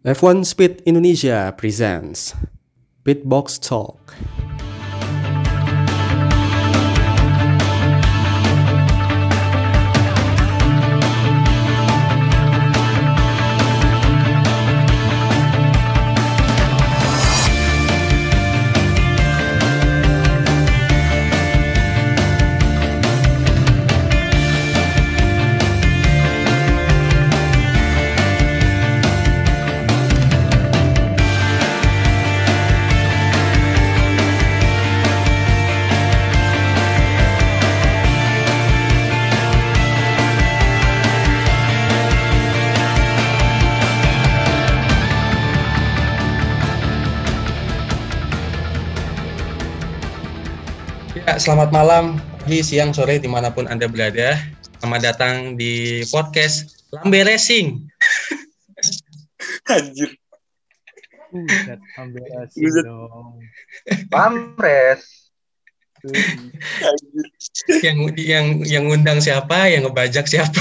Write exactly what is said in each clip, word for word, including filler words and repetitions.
F one Speed Indonesia presents Pitbox Talk. Ya, selamat malam, pagi, siang, sore, dimanapun Anda berada. Selamat datang di podcast Lambe Racing. Anjir. Buset, ambil asing Buset. dong. Pamres. Yang yang yang ngundang siapa, yang ngebajak siapa?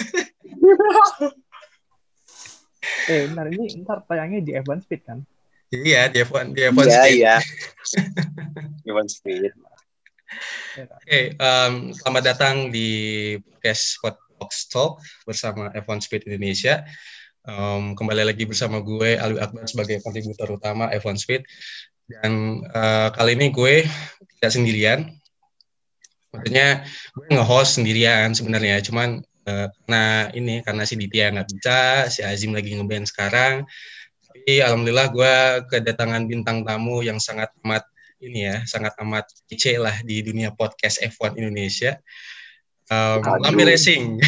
Eh, bentar, ini ntar tayangnya di F one Speed kan? Iya, di F satu, di F satu Iya, Speed. iya. F one Speed. Ya, kan? Oke, um, selamat datang di podcast Pitbox Talk bersama F satu Speed Indonesia. Um, kembali lagi bersama gue, Alwi Akbar, sebagai kontributor utama F satu Speed. Dan uh, kali ini gue tidak sendirian. Maksudnya gue nge-host sendirian sebenarnya, cuman uh, karena ini, karena si Ditya nggak bisa, si Azim lagi ngeband sekarang. Tapi alhamdulillah gue kedatangan bintang tamu yang sangat amat ini ya, sangat amat kece lah di dunia podcast F satu Indonesia. Um, Lambe Racing.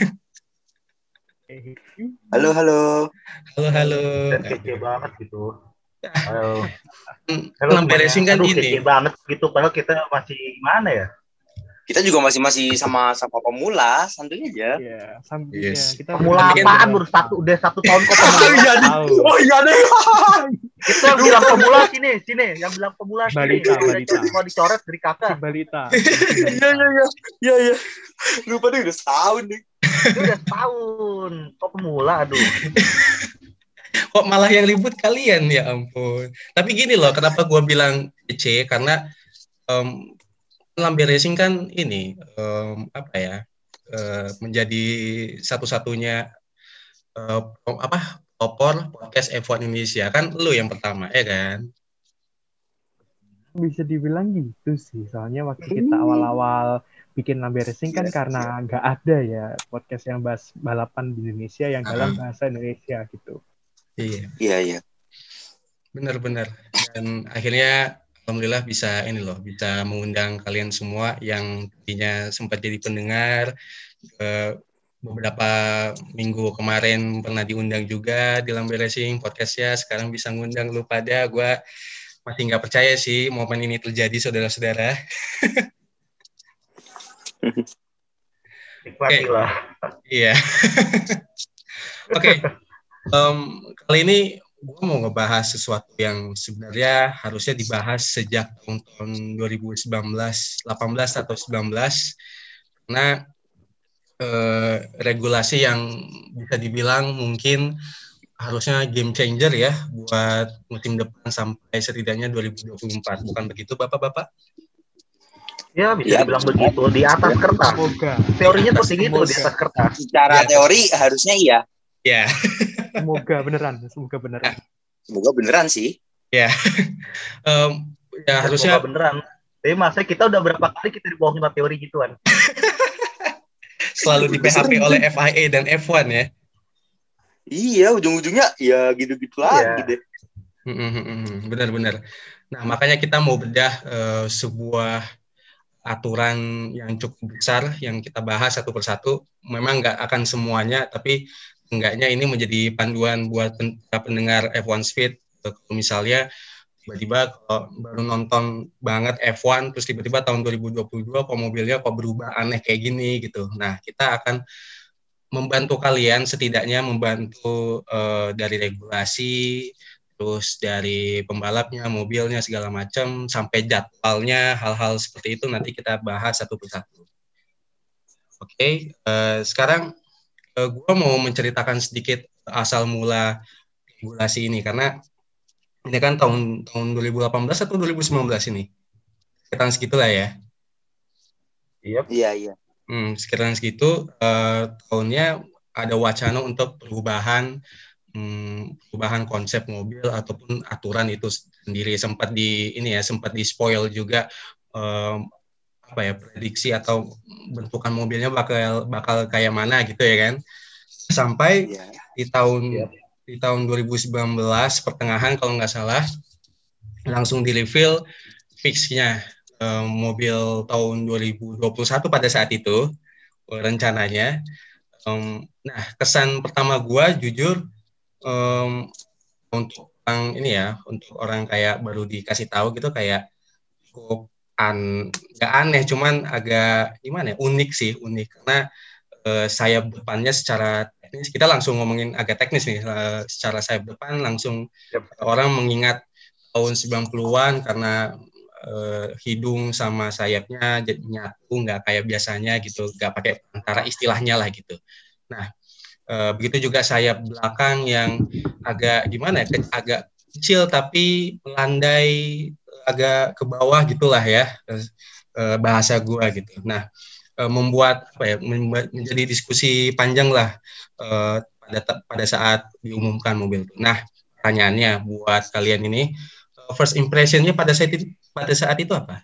Halo, halo. Halo, halo. Kece banget gitu. Halo. Lambe Racing kan Aduh, ini. kece banget gitu. Padahal kita masih mana ya? Kita juga masih masih sama sama pemula, santuy aja. Iya, sambil Yes. ya, kita Pemula Tapi kan- apaan? Baru satu, udah satu tahun kok pemula. Iya nih. tahu. Oh iya deh. Itu yang bilang pemula sini, sini. Yang bilang pemula sini. Balita, Kalau balita. Kalau dicoret dari si kakak. balita. Iya iya iya. Iya iya. Lupa deh udah setahun nih. Itu udah setahun. Kok pemula, aduh. Kok malah yang ribut kalian, ya ampun. Tapi gini loh, kenapa gue bilang kece, karena um, Lambe Racing kan ini um, apa ya, uh, menjadi satu-satunya uh, apa pelopor podcast F satu Indonesia, kan lu yang pertama ya kan? Bisa dibilang gitu sih. Soalnya waktu kita awal-awal bikin Lambe Racing kan Yes, karena nggak ada ya podcast yang bahas balapan di Indonesia yang dalam bahasa Indonesia gitu. Iya, Iya iya. benar-benar. Dan akhirnya alhamdulillah bisa ini loh, bisa mengundang kalian semua yang tadinya sempat jadi pendengar. Eh, beberapa minggu kemarin pernah diundang juga di Lambe Racing podcastnya, sekarang bisa ngundang lu pada. Gue masih nggak percaya sih momen ini terjadi, saudara-saudara. Nikmati Oke. lah. Iya. Oke. Um, kali ini gue mau ngebahas sesuatu yang sebenarnya harusnya dibahas sejak tahun dua ribu sembilan belas, delapan belas atau sembilan belas, karena eh, regulasi yang bisa dibilang mungkin harusnya game changer ya buat musim depan sampai setidaknya dua ribu dua puluh empat. Bukan begitu, Bapak-Bapak? Ya, bisa Ya, dibilang betul. begitu. Di atas kertas. Semoga, Teorinya seperti itu, Semoga. di atas kertas. Secara Iya. teori harusnya iya. Ya, semoga beneran, semoga beneran. Semoga beneran sih. ya. Em, ya harusnya Semoga beneran. Tapi masa kita udah berapa kali kita dibohongin sama teori gituan. selalu di P H P oleh F I A dan F satu ya. Iya, ujung-ujungnya ya gitu-gitu lagi deh. Mm-mm, benar-benar. Nah, makanya kita mau bedah eh, sebuah aturan yang cukup besar yang kita bahas satu persatu. Memang nggak akan semuanya, tapi enggaknya ini menjadi panduan buat pen- para pendengar F satu Speed. Eh, Kalau misalnya tiba-tiba kalau baru nonton banget F satu, terus tiba-tiba tahun dua ribu dua puluh dua kok mobilnya kok berubah aneh kayak gini gitu. Nah, kita akan membantu kalian, setidaknya membantu eh, dari regulasi, terus dari pembalapnya, mobilnya, segala macam, sampai jadwalnya, hal-hal seperti itu nanti kita bahas satu persatu. Oke, eh, sekarang eh, gue mau menceritakan sedikit asal mula regulasi ini karena ini kan tahun tahun dua ribu delapan belas atau dua ribu sembilan belas ini sekitar segitulah ya. Iya. Iya, iya. Hmm, sekitar segitu uh, tahunnya ada wacana untuk perubahan hmm, perubahan konsep mobil ataupun aturan itu sendiri sempat di ini ya sempat di spoil juga um, apa ya prediksi atau bentukan mobilnya bakal bakal kayak mana gitu ya kan sampai Iya. di tahun Iya. di tahun dua ribu sembilan belas pertengahan kalau nggak salah langsung di reveal fixnya um, mobil tahun dua ribu dua puluh satu pada saat itu rencananya. Um, nah kesan pertama gua jujur um, untuk orang ini ya untuk orang kayak baru dikasih tahu gitu kayak cukup an nggak aneh cuman agak gimana ya unik sih unik karena uh, sayap depannya secara teknis kita langsung ngomongin agak teknis nih uh, secara sayap depan langsung Yep. orang mengingat tahun sembilan puluhan karena uh, hidung sama sayapnya jadi nyatu nggak kayak biasanya gitu nggak pakai antara istilahnya lah gitu. Nah uh, begitu juga sayap belakang yang agak gimana ya ke- agak kecil tapi melandai agak ke bawah gitulah ya uh, bahasa gua gitu. Nah uh, membuat apa ya membuat menjadi diskusi panjang lah uh, pada pada saat diumumkan mobil itu. Nah pertanyaannya buat kalian ini first impression-nya pada saat itu pada saat itu apa?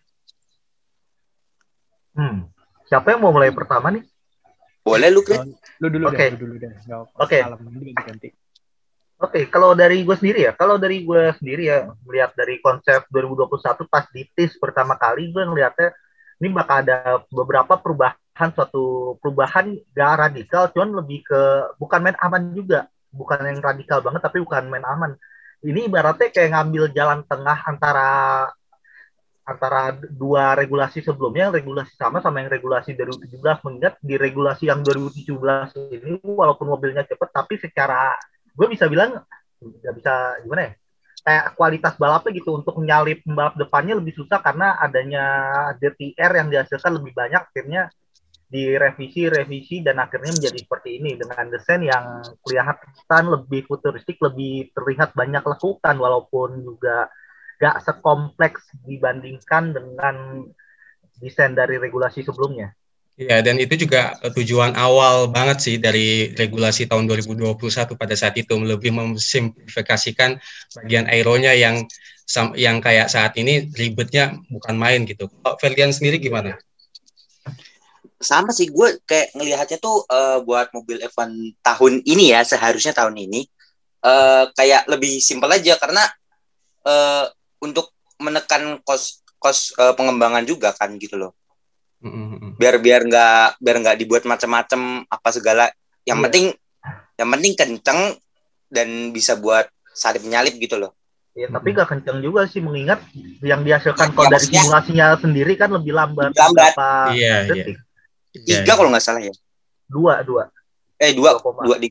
Hmm. Siapa yang mau mulai pertama nih? Boleh lu, Kris? Lu dulu Oke. deh, lu dulu deh. Nggak apa-apa. Oke. Salam, nanti ganti-ganti. Oke, kalau dari gue sendiri ya, kalau dari gue sendiri ya, melihat dari konsep dua ribu dua puluh satu pas di tease pertama kali, gue ngeliatnya ini bakal ada beberapa perubahan, suatu perubahan gak radikal, cuman lebih ke, bukan main aman juga, bukan yang radikal banget, tapi bukan main aman. Ini ibaratnya kayak ngambil jalan tengah antara antara dua regulasi sebelumnya, regulasi sama sama yang regulasi dua ribu tujuh belas, mengingat di regulasi yang dua ribu tujuh belas ini, walaupun mobilnya cepet, tapi secara gue bisa bilang nggak bisa gimana ya kayak kualitas balapnya gitu untuk menyalip pembalap depannya lebih susah karena adanya D T R yang dihasilkan lebih banyak akhirnya direvisi revisi dan akhirnya menjadi seperti ini dengan desain yang kelihatan lebih futuristik lebih terlihat banyak lekukan walaupun juga nggak sekompleks dibandingkan dengan desain dari regulasi sebelumnya. Ya, dan itu juga tujuan awal banget sih dari regulasi tahun dua ribu dua puluh satu pada saat itu lebih memsimplifikasikan bagian aeronya yang yang kayak saat ini ribetnya bukan main gitu. Kalau Ferdian sendiri gimana? Sama sih, gue kayak ngelihatnya tuh uh, buat mobil F satu tahun ini ya, seharusnya tahun ini uh, kayak lebih simpel aja karena uh, untuk menekan kos kos uh, pengembangan juga kan gitu loh. biar biar nggak biar nggak dibuat macam-macam apa segala yang Iya. penting yang penting kenceng dan bisa buat salip menyalip gitu loh. Ya, tapi gak kenceng juga sih mengingat yang dihasilkan Ya, kalau dari maksudnya- simulasinya sendiri kan lebih lambat. Lebih lambat. Berapa Iya, iya. detik? Tiga kalau nggak salah ya, Dua, dua. eh dua Dua koma. dua di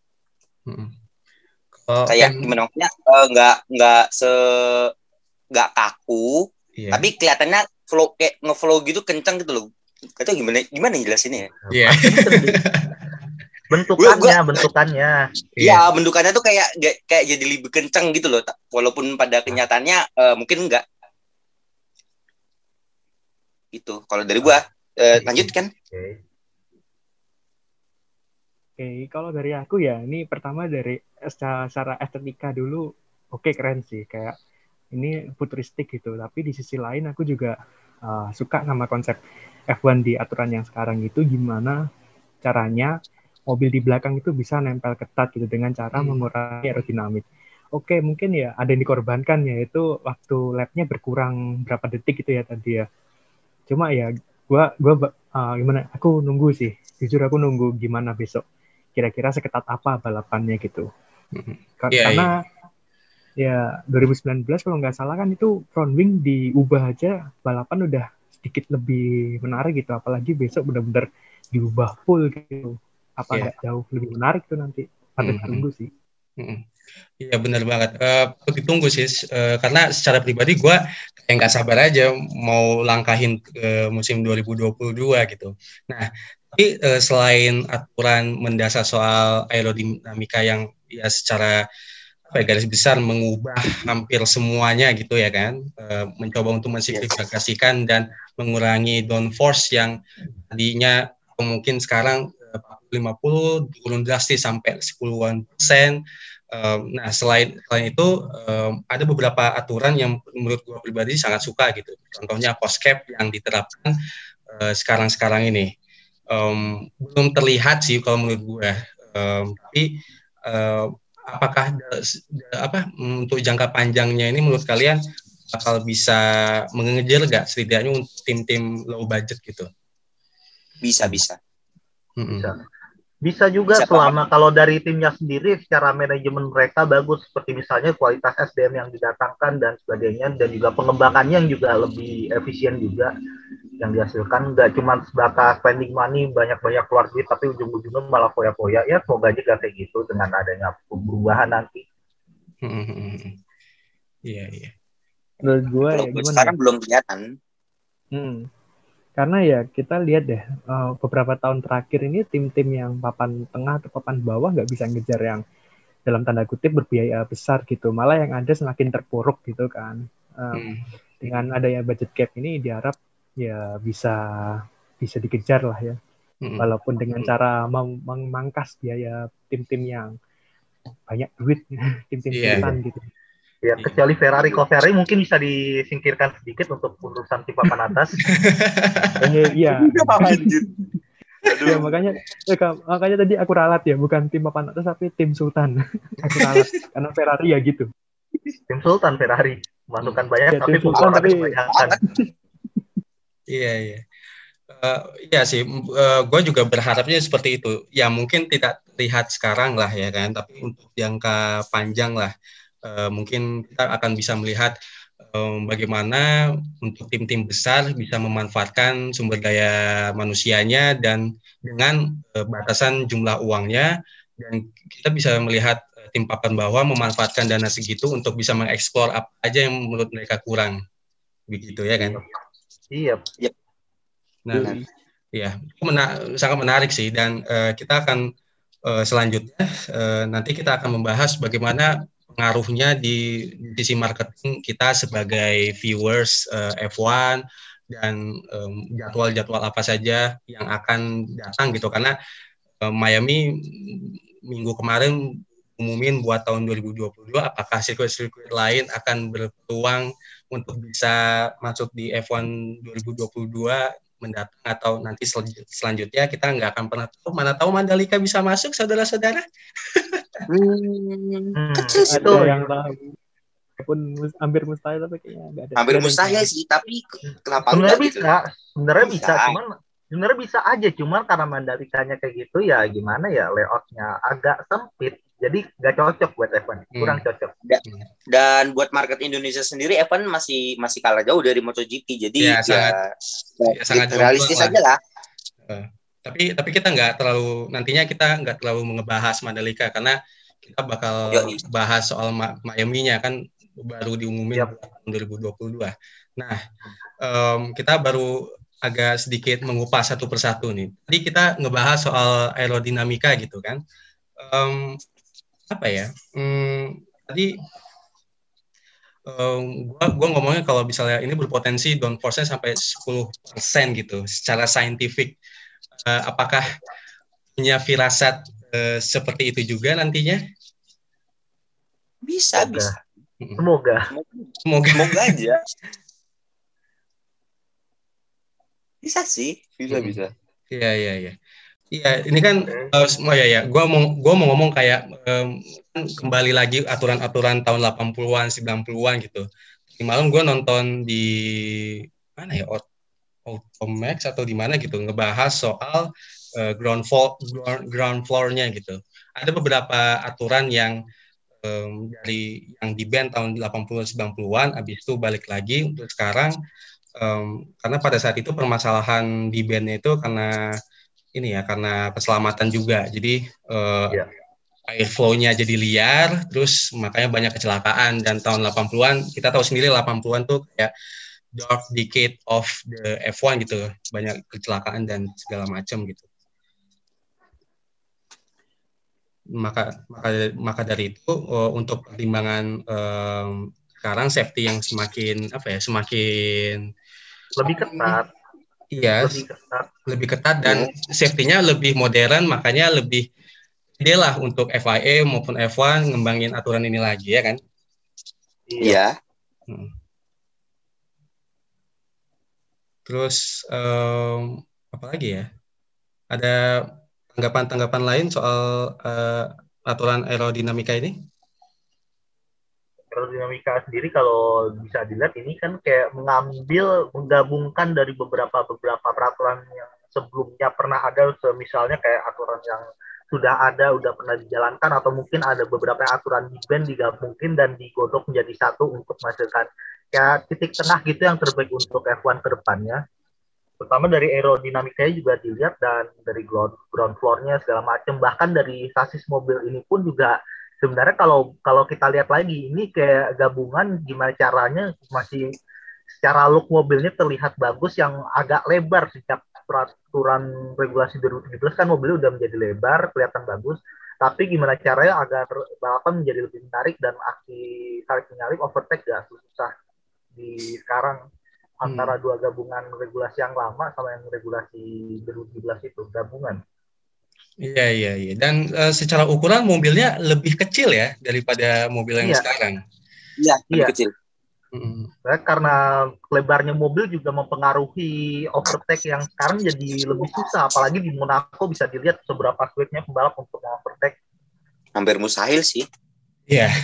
Oh, kayak kan, gimana maksudnya eh, nggak nggak se nggak kaku iya. tapi kelihatannya flow kayak ngeflow gitu kenceng gitu loh. Kata gimana gimana jelasinnya ya? Iya. Bentukannya, bentukannya. Iya, bentukannya tuh kayak kayak jadi lebih kenceng gitu loh. Walaupun pada kenyataannya eh, mungkin enggak. Itu kalau dari gua eh, lanjut kan? Oke. Oke, kalau dari aku ya, ini pertama dari secara, secara estetika dulu, oke keren sih, kayak ini futuristik gitu. Tapi di sisi lain aku juga uh, suka sama konsep F satu di aturan yang sekarang itu gimana caranya mobil di belakang itu bisa nempel ketat gitu dengan cara Hmm. mengurangi aerodinamik. Oke, mungkin ya ada yang dikorbankan yaitu waktu lapnya berkurang berapa detik gitu ya tadi ya. Cuma ya gua gua uh, gimana? Aku nunggu sih. Jujur aku nunggu gimana besok. Kira-kira seketat apa balapannya gitu. Kar- Iya, Karena ya dua ribu sembilan belas kalau nggak salah kan itu front wing diubah aja balapan udah sedikit lebih menarik gitu. Apalagi besok benar-benar diubah full gitu. Apa Iya. nggak jauh lebih menarik tuh nanti. Patut Mhm. ditunggu sih. Mm-mm. Iya benar banget. Eh, perlu ditunggu sih, eh, karena secara pribadi gue kayak nggak sabar aja mau langkahin ke musim dua ribu dua puluh dua gitu. Nah, tapi eh, selain aturan mendasar soal aerodinamika yang ya secara apa ya, garis besar mengubah hampir semuanya gitu ya kan, uh, mencoba untuk mensimplifikasikan dan mengurangi downforce yang tadinya mungkin sekarang uh, lima puluh turun drastis sampai sepuluhan persen. Um, nah selain selain itu um, ada beberapa aturan yang menurut gue pribadi sangat suka gitu. Contohnya cost cap yang diterapkan uh, sekarang-sekarang ini um, belum terlihat sih kalau menurut gue, um, tapi uh, apakah da, da, apa untuk jangka panjangnya ini menurut kalian bakal bisa mengejar nggak setidaknya untuk tim-tim low budget gitu? Bisa bisa. Bisa. Bisa juga bisa selama kalau dari timnya sendiri secara manajemen mereka bagus, seperti misalnya kualitas S D M yang didatangkan dan sebagainya, dan juga pengembangannya yang juga lebih efisien juga yang dihasilkan, nggak cuma sebatas spending money banyak-banyak keluar duit tapi ujung-ujungnya malah foya-foya. Ya semoga aja gak kayak gitu dengan adanya perubahan nanti. Iya iya. Menurut gue ya gimana? Sekarang belum kelihatan. Hmm. Karena ya kita lihat deh uh, beberapa tahun terakhir ini tim-tim yang papan tengah atau papan bawah nggak bisa ngejar yang dalam tanda kutip berbiaya besar gitu, malah yang ada semakin terpuruk gitu kan. Um, hmm. Dengan adanya budget cap ini diharap ya bisa bisa dikejar lah ya, hmm. walaupun dengan hmm. cara mem- memangkas biaya tim-tim yang banyak duit, tim-tim yeah. sultan gitu. Ya, kecuali Ferrari. Kalau Ferrari mungkin bisa disingkirkan sedikit untuk urusan tim papan atas. Iya. Ya, makanya eh, makanya tadi aku ralat ya, bukan tim papan atas tapi tim sultan. Aku ralat karena Ferrari ya gitu. Tim sultan Ferrari masukkan banyak ya, tapi sultan tapi kebanyakan. Iya iya. Uh, iya sih, uh, gue juga berharapnya seperti itu. Ya mungkin tidak terlihat sekarang lah ya kan, tapi untuk jangka panjang lah. Uh, mungkin kita akan bisa melihat um, bagaimana untuk tim-tim besar bisa memanfaatkan sumber daya manusianya dan dengan uh, batasan jumlah uangnya, dan kita bisa melihat uh, tim papan bawah memanfaatkan dana segitu untuk bisa mengeksplor apa aja yang menurut mereka kurang, begitu ya kan? Iya. Yep. Nah, nah, ya mena- sangat menarik sih, dan uh, kita akan uh, selanjutnya uh, nanti kita akan membahas bagaimana pengaruhnya di sisi marketing kita sebagai viewers uh, F satu dan um, jadwal-jadwal apa saja yang akan datang gitu, karena uh, Miami minggu kemarin umumin buat tahun dua ribu dua puluh dua apakah sirkuit-sirkuit lain akan berpeluang untuk bisa masuk di F satu dua ribu dua puluh dua mendatang atau nanti sel- selanjutnya kita nggak akan pernah tahu, mana tahu Mandalika bisa masuk, saudara-saudara. Hmm, hmm, kecil sih ada yang tahu, walaupun hampir mustahil tapi kayaknya nggak ada. Hampir mustahil sih, tapi kenapa sebenarnya enggak bisa, gitu? Sebenarnya bisa, bisa cuman sebenarnya bisa aja, cuman karena Mandalikanya kayak gitu ya gimana ya, layoutnya agak sempit, jadi nggak cocok buat F satu, kurang hmm. cocok. Da- dan buat market Indonesia sendiri F satu masih masih kalah jauh dari MotoGP, jadi ya, ya, sangat, ya, ya sangat realistis aja lah. Uh. Tapi tapi kita nggak terlalu, nantinya kita nggak terlalu ngebahas Mandalika karena kita bakal Yoi. bahas soal Miami-nya kan baru diumumin yep. tahun dua ribu dua puluh dua. Nah, um, kita baru agak sedikit mengupas satu persatu nih. Tadi kita ngebahas soal aerodinamika gitu kan. Um, apa ya? Um, tadi um, gua gua ngomongnya kalau misalnya ini berpotensi downforce-nya sampai sepuluh persen gitu secara saintifik. Uh, apakah punya firasat uh, seperti itu juga nantinya? Bisa, Semoga. bisa. Semoga. Semoga. Semoga aja. Bisa sih, bisa hmm. bisa. Iya, iya, iya. Iya, ini kan uh, oh ya ya, gua mau gua mau ngomong kayak um, kembali lagi aturan-aturan tahun delapan puluhan, sembilan puluhan gitu. Malam gua nonton di mana ya? Automax atau di mana gitu, ngebahas soal uh, ground floor ground, ground floor-nya gitu. Ada beberapa aturan yang um, dari yang di ban tahun delapan puluh sembilan puluhan, habis itu balik lagi untuk sekarang, um, karena pada saat itu permasalahan di ban-nya itu karena ini ya, karena keselamatan juga. Jadi uh, yeah. air flow-nya jadi liar, terus makanya banyak kecelakaan. Dan tahun delapan puluhan kita tahu sendiri, delapan puluhan tuh kayak dark decade of the F satu gitu, banyak kecelakaan dan segala macam gitu. maka maka maka dari itu uh, untuk pertimbangan um, sekarang safety yang semakin apa ya semakin Lebih ketat, iya lebih ketat. lebih ketat dan safety-nya lebih modern, makanya lebih ide lah untuk F I A maupun F satu ngembangin aturan ini lagi ya kan. Iya. Hmm. Terus um, apa lagi ya? Ada tanggapan-tanggapan lain soal uh, aturan aerodinamika ini? Aerodinamika sendiri kalau bisa dilihat ini kan kayak mengambil, menggabungkan dari beberapa beberapa peraturan yang sebelumnya pernah ada, misalnya kayak aturan yang sudah ada, udah pernah dijalankan, atau mungkin ada beberapa aturan di band digabungin dan digodok menjadi satu untuk menghasilkan kayak titik tengah gitu yang terbaik untuk F satu ke depannya. Pertama dari aerodinamikanya juga dilihat, dan dari ground, ground floor-nya segala macam, bahkan dari sasis mobil ini pun juga sebenarnya kalau kalau kita lihat lagi ini kayak gabungan gimana caranya masih secara look mobilnya terlihat bagus, yang agak lebar sejak peraturan regulasi dua ribu tujuh belas kan mobilnya udah menjadi lebar, kelihatan bagus, tapi gimana caranya agar balapan menjadi lebih menarik dan aksi tarik menyalip overtake gak susah di sekarang antara hmm. dua gabungan regulasi yang lama sama yang regulasi dua ribu tujuh belas itu gabungan. Iya iya iya. Dan uh, secara ukuran mobilnya lebih kecil ya daripada mobil yang iya. sekarang. Iya, lebih iya. kecil. Hmm. Karena lebarnya mobil juga mempengaruhi overtake yang sekarang jadi lebih susah, apalagi di Monaco bisa dilihat seberapa sulitnya pembalap untuk overtake. Hampir mustahil sih. Iya.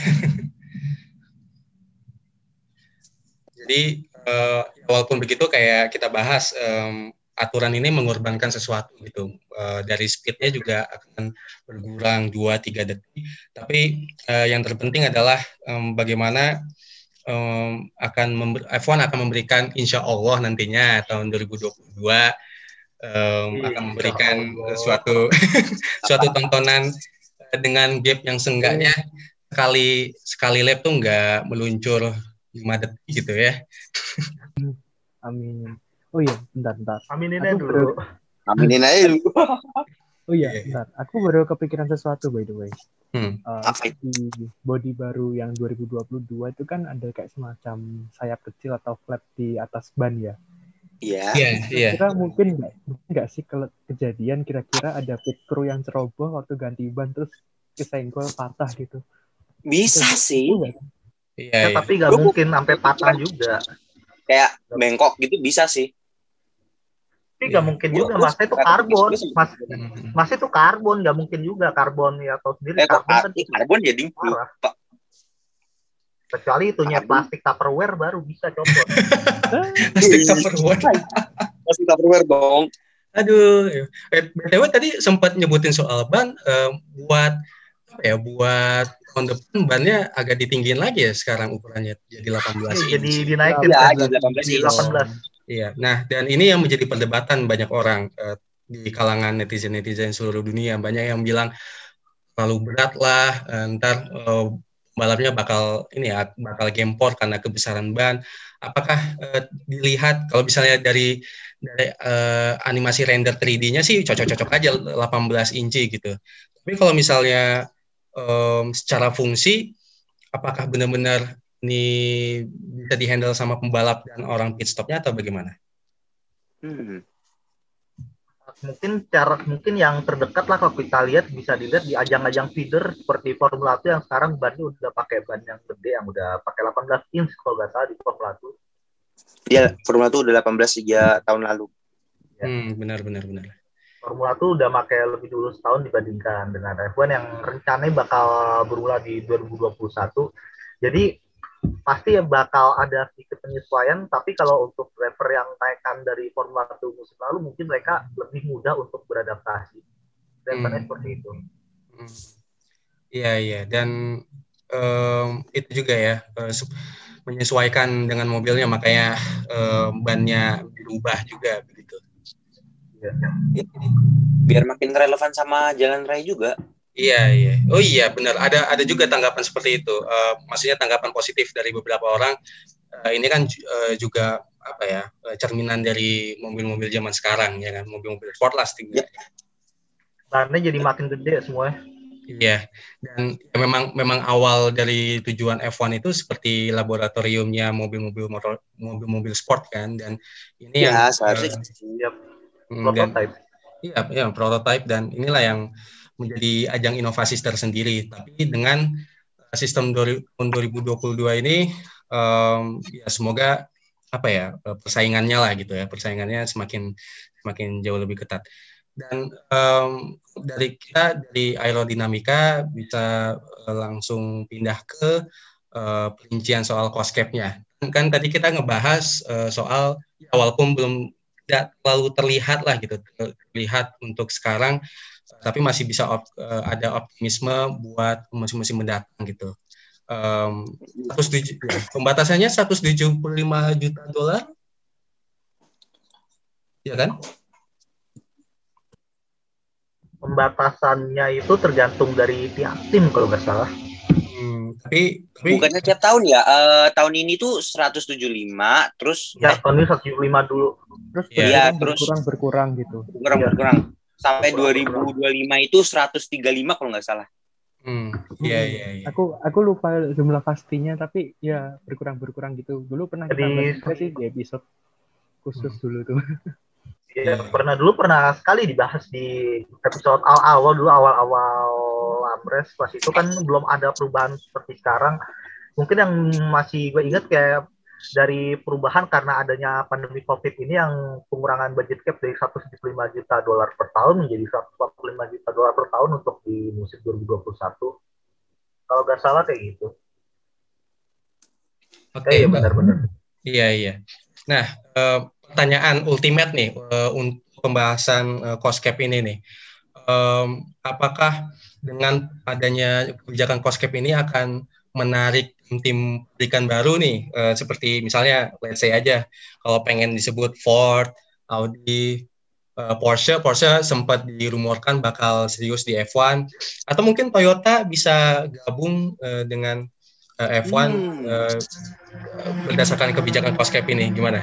Jadi uh, walaupun begitu kayak kita bahas um, aturan ini mengorbankan sesuatu gitu. Uh, dari speednya juga akan berkurang dua tiga detik. Tapi uh, yang terpenting adalah um, bagaimana um, akan member, F satu akan memberikan insya Allah nantinya tahun dua ribu dua puluh dua um, Iya, akan memberikan suatu suatu tontonan dengan gap yang seenggaknya sekali sekali lap tuh nggak meluncur lima detik gitu ya. Amin. Oh iya, bentar, bentar. Aminin aja dulu. Baru... Aminin aja dulu. Oh iya, bentar. Aku baru kepikiran sesuatu by the way. Hmm. Uh, di body baru yang dua ribu dua puluh dua itu kan ada kayak semacam sayap kecil atau flap di atas ban ya. Iya. Iya, iya. Kira mungkin nggak, mungkin nggak sih kalau kejadian kira-kira ada pit crew yang ceroboh waktu ganti ban terus kesenggol patah gitu. Bisa Bisa sih. Iya, ya, tapi nggak mungkin sampai patah juga. Kayak bengkok gitu bisa sih. Tapi nggak mungkin juga, mas itu karbon, mas, mas itu karbon, nggak mungkin juga karbon ya atau sendiri eh, karbon kan karbon jadi parah. Kecuali itunya karbon. Plastik Tupperware baru bisa copot. Plastik Tupperware, plastik Tupperware dong. Aduh, eh, B T W tadi sempat nyebutin soal ban, eh, buat apa ya, buat tahun depan bannya agak ditinggiin lagi ya sekarang ukurannya jadi delapan belas inch. Jadi dinaikin ya, jadi delapan belas. delapan belas. Iya, nah dan ini yang menjadi perdebatan banyak orang uh, di kalangan netizen-netizen seluruh dunia. Banyak yang bilang terlalu berat lah, uh, ntar uh, balapnya bakal ini ya, bakal gempor karena kebesaran ban. Apakah uh, dilihat kalau misalnya dari dari uh, animasi render tiga D-nya sih cocok-cocok aja delapan belas inci gitu. Tapi kalau misalnya um, secara fungsi, apakah benar-benar ini bisa dihandle sama pembalap dan orang pit stopnya atau bagaimana? Hmm. Mungkin cara mungkin yang terdekat lah kalau kita lihat bisa dilihat di ajang-ajang feeder seperti Formula satu yang sekarang bannya udah pakai ban yang gede yang udah pakai delapan belas inch kalau nggak salah di Formula satu. Iya, Formula satu udah delapan belas tiga tahun lalu. Ya. Hmm, benar benar benar. Formula satu udah pakai lebih dulu setahun dibandingkan dengan F satu yang rencananya bakal bermula di dua ribu dua puluh satu. Jadi pasti bakal ada sedikit penyesuaian, tapi kalau untuk driver yang naikkan dari Formula satu musim lalu mungkin mereka lebih mudah untuk beradaptasi. Drivernya hmm. seperti itu. Iya hmm. iya dan um, itu juga ya uh, menyesuaikan dengan mobilnya makanya um, bannya berubah juga begitu. Ya. Biar makin relevan sama jalan raya juga. Iya iya. Oh iya benar. Ada ada juga tanggapan seperti itu. Uh, maksudnya tanggapan positif dari beberapa orang. Uh, ini kan uh, juga apa ya cerminan dari mobil-mobil zaman sekarang ya kan, mobil-mobil sport lah tinggal. Bannya jadi makin gede semuanya. Iya, dan ya memang memang awal dari tujuan F satu itu seperti laboratoriumnya mobil-mobil motor, mobil-mobil sport kan, dan ini Ya, yang seharusnya uh, gitu. Yap, dan prototype. iya, ya prototype, dan inilah yang menjadi ajang inovasi tersendiri. Tapi dengan uh, sistem dari tahun dua ribu dua puluh dua ini, um, ya semoga apa ya uh, persaingannya lah gitu ya, persaingannya semakin semakin jauh lebih ketat. Dan um, dari kita dari aerodinamika bisa uh, langsung pindah ke uh, perincian soal cost cap-nya. Kan tadi kita ngebahas uh, soal ya, walaupun belum tidak terlalu terlihat lah gitu, terlihat untuk sekarang, tapi masih bisa op, uh, ada optimisme buat musim-musim mendatang gitu. Um, seratus tujuh, ya, pembatasannya seratus tujuh puluh lima juta dolar, ya kan? Pembatasannya itu tergantung dari tiap tim kalau nggak salah. Hmm, tapi, tapi bukannya tiap tahun ya? Uh, tahun ini tuh seratus tujuh puluh lima, terus ya tahun ini seratus tujuh puluh lima dulu. Terus ya, berkurang, terus berkurang berkurang gitu. Berkurang ya. berkurang sampai dua ribu dua puluh lima itu seratus tiga puluh lima kalau nggak salah. Hmm, iya iya iya. Aku aku lupa jumlah pastinya, tapi ya berkurang berkurang gitu. Dulu pernah kita Jadi, bahas sih di episode khusus hmm. dulu tuh. Ya, pernah dulu pernah sekali dibahas di episode awal-awal dulu awal-awal Amres pas itu kan belum ada perubahan seperti sekarang. Mungkin yang masih gue ingat kayak dari perubahan karena adanya pandemi Covid ini yang pengurangan budget cap dari seratus tujuh puluh lima juta dolar per tahun menjadi seratus empat puluh lima juta dolar per tahun untuk di musim dua ribu dua puluh satu. Kalau nggak salah kayak gitu. Oke, okay, eh, benar-benar. Iya iya. Nah, uh, pertanyaan ultimate nih uh, untuk pembahasan uh, cost cap ini nih. Um, apakah dengan adanya kebijakan cost cap ini akan menarik tim pabrikan baru nih, uh, seperti misalnya let's say aja kalau pengen disebut Ford, Audi, uh, Porsche, Porsche sempat dirumorkan bakal serius di F satu, atau mungkin Toyota bisa gabung uh, dengan uh, F satu hmm. uh, berdasarkan kebijakan cost cap ini, gimana?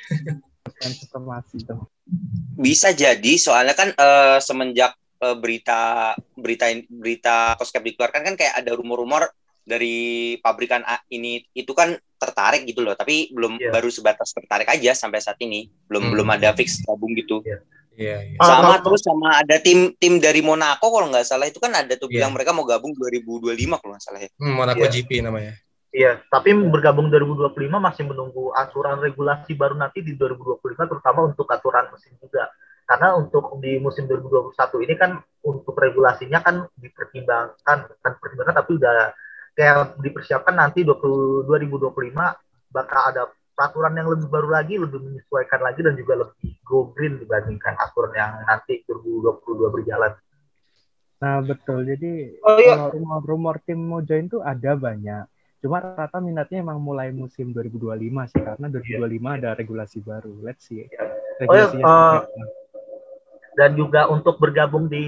Informasi tuh. Bisa jadi, soalnya kan uh, semenjak uh, berita berita berita cost cap dikeluarkan kan kayak ada rumor-rumor dari pabrikan A ini itu kan tertarik gitu loh, tapi belum yeah. baru sebatas tertarik aja sampai saat ini, belum hmm. belum ada fix gabung gitu. Yeah. Yeah, yeah. Sama oh, terus sama ada tim tim dari Monaco kalau nggak salah itu kan ada tuh yeah. bilang mereka mau gabung dua ribu dua puluh lima kalau nggak salah ya. Hmm, Monaco yeah. G P namanya. Iya, tapi bergabung dua ribu dua puluh lima masih menunggu aturan regulasi baru nanti di dua ribu dua puluh lima, terutama untuk aturan mesin juga. Karena untuk di musim dua ribu dua puluh satu ini kan untuk regulasinya kan dipertimbangkan, bukan dipertimbangkan tapi udah kayak dipersiapkan nanti dua ribu dua puluh lima bakal ada peraturan yang lebih baru lagi, lebih menyesuaikan lagi dan juga lebih go green dibandingkan aturan yang nanti dua ribu dua puluh dua berjalan. Nah betul, jadi oh, iya. kalau rumor-rumor tim mau join tuh ada banyak. Cuma rata minatnya emang mulai musim dua ribu dua puluh lima sih, karena dua ribu dua puluh lima yeah. ada regulasi baru. Let's see. Regulasinya oh, ya, uh, dan juga untuk bergabung di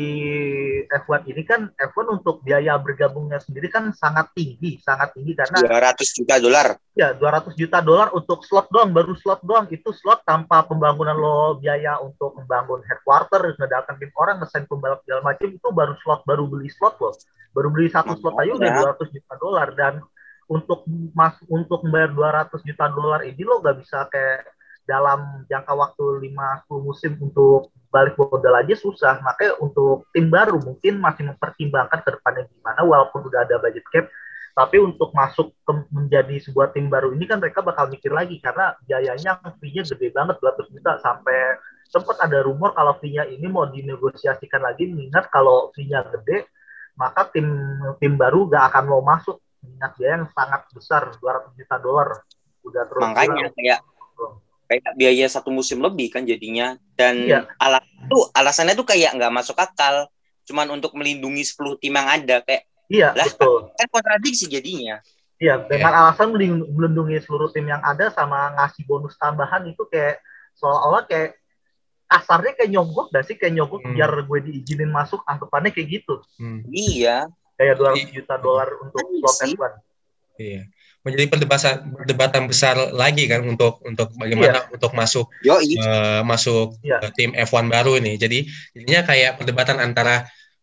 F satu ini kan F satu untuk biaya bergabungnya sendiri kan sangat tinggi, sangat tinggi karena dua ratus juta dolar. Ya, dua ratus juta dolar untuk slot doang, baru slot doang. Itu slot tanpa pembangunan lo biaya untuk membangun headquarter, ngedatangin tim orang, ngesign pembalap segala macam, itu baru slot, baru beli slot lo. Baru beli satu slot aja udah dua ratus juta dolar, dan untuk mas untuk membayar dua ratus juta dolar ini lo nggak bisa kayak dalam jangka waktu lima sepuluh musim untuk balik modal aja susah. Makanya untuk tim baru mungkin masih mempertimbangkan ke depannya gimana, walaupun udah ada budget cap, tapi untuk masuk ke, menjadi sebuah tim baru ini kan mereka bakal mikir lagi karena biayanya fee-nya gede banget, dua ratus juta, sampai sempat ada rumor kalau fee-nya ini mau dinegosiasikan lagi, mengingat kalau fee-nya gede maka tim tim baru gak akan mau masuk. Minat biaya yang sangat besar, dua ratus juta dolar. Udah terus makanya kayak kayak biaya satu musim lebih kan jadinya, dan iya. alas tuh alasannya tuh kayak nggak masuk akal, cuman untuk melindungi sepuluh tim yang ada kayak iya lah, betul. Kan kontradiksi jadinya. Iya, dengan yeah. alasan melindungi seluruh tim yang ada sama ngasih bonus tambahan itu kayak seolah-olah kayak kasarnya kayak nyogok gak sih, kayak nyogok hmm. biar gue diizinin masuk, anggapannya kayak gitu. Hmm. Iya. Kayak dua ratus juta dolar untuk slot F satu. Iya. Menjadi perdebatan perdebatan besar lagi kan untuk untuk bagaimana iya. untuk masuk uh, masuk yeah. uh, tim F satu baru ini. Jadi jadinya kayak perdebatan antara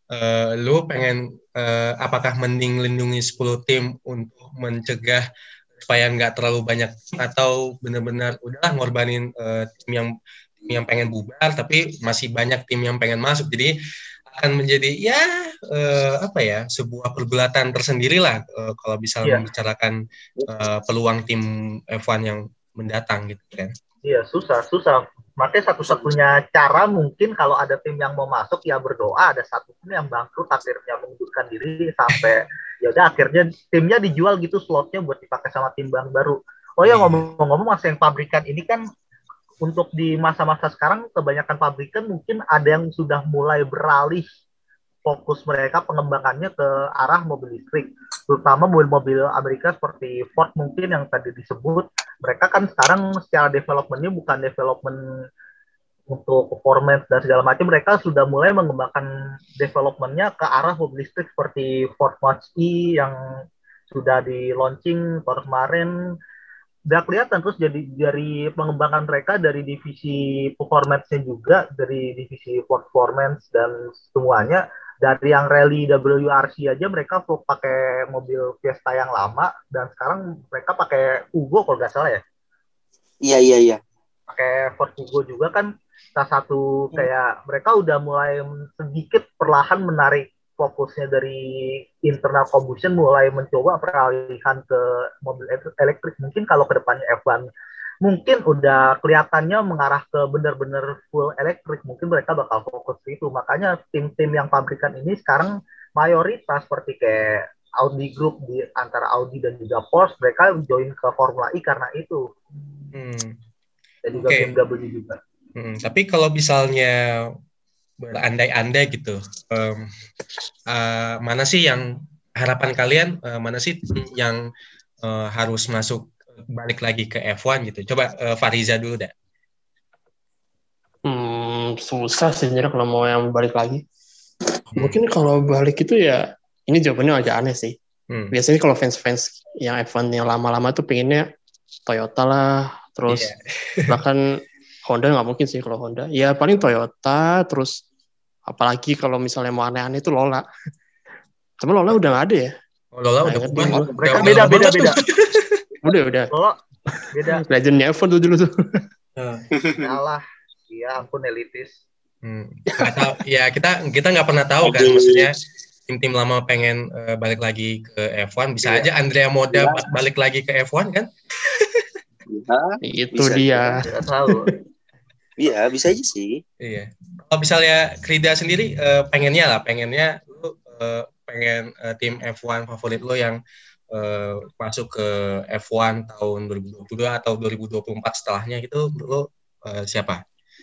uh, lu pengen uh, apakah mending lindungi sepuluh tim untuk mencegah supaya nggak terlalu banyak, atau benar-benar udahlah ngorbanin uh, tim yang tim yang pengen bubar tapi masih banyak tim yang pengen masuk, jadi akan menjadi ya uh, apa ya sebuah pergulatan tersendiri lah uh, kalau bisa yeah. membicarakan uh, peluang tim F satu yang mendatang gitu kan. Iya, susah, susah. Makanya satu-satunya cara mungkin kalau ada tim yang mau masuk ya berdoa ada satu tim yang bangkrut akhirnya mengundurkan diri sampai ya udah akhirnya timnya dijual gitu slotnya buat dipakai sama tim bang baru. Oh ya ngomong-ngomong mas yang pabrikan ini kan untuk di masa-masa sekarang kebanyakan pabrikan mungkin ada yang sudah mulai beralih fokus mereka pengembangannya ke arah mobil listrik, terutama mobil-mobil Amerika seperti Ford mungkin yang tadi disebut. Mereka kan sekarang secara development-nya bukan development untuk performance dan segala macam, mereka sudah mulai mengembangkan development-nya ke arah mobil listrik seperti Ford Mach-E yang sudah di launching tahun kemarin. Udah kelihatan terus jadi dari pengembangan mereka dari divisi performance-nya juga, dari divisi performance dan semuanya. Dari yang rally W R C aja mereka pakai mobil Fiesta yang lama dan sekarang mereka pakai Fugo kalau nggak salah ya. Iya iya iya. Pakai Ford Fugo juga kan salah satu kayak mereka udah mulai sedikit perlahan menarik fokusnya dari internal combustion mulai mencoba peralihan ke mobil elektrik. Mungkin kalau kedepannya F satu mungkin udah kelihatannya mengarah ke benar-benar full elektrik, mungkin mereka bakal fokus ke itu. Makanya tim-tim yang pabrikan ini sekarang mayoritas seperti kayak Audi Group di antara Audi dan juga Porsche, mereka join ke Formula E karena itu. Hmm. Dan juga okay. B M W juga. Hmm, tapi kalau misalnya berandai-andai gitu, um, uh, mana sih yang harapan kalian, uh, mana sih yang uh, harus masuk balik lagi ke F satu gitu. Coba uh, Fariza dulu dah. Hmm, susah sebenarnya kalau mau yang balik lagi. Hmm. Mungkin kalau balik itu ya, ini jawabannya agak aneh sih. Hmm. Biasanya kalau fans-fans yang F satu yang lama-lama tuh pengennya Toyota lah, terus yeah. bahkan Honda nggak mungkin sih kalau Honda. Ya paling Toyota, terus apalagi kalau misalnya mau aneh-aneh itu Lola. Tapi Lola udah nggak ada ya. Oh, Lola nah, udah kubah. Mereka beda-beda-beda. Udah, udah. Oh, beda. Legendnya F satu dulu tuh. Salah. Iya, ampun elitis. Hmm. Tahu, ya kita kita nggak pernah tahu kan, maksudnya tim-tim lama pengen uh, balik lagi ke F satu, bisa yeah. aja Andrea Moda yeah. balik lagi ke F satu kan? Ya, itu dia. Tidak tahu. Iya, bisa aja sih. Iya. Kalau misalnya Krida sendiri uh, pengennya lah, pengennya lu uh, pengen uh, tim F satu favorit lo yang uh, masuk ke F satu tahun dua ribu dua puluh dua atau dua ribu dua puluh empat setelahnya gitu, lo uh, siapa?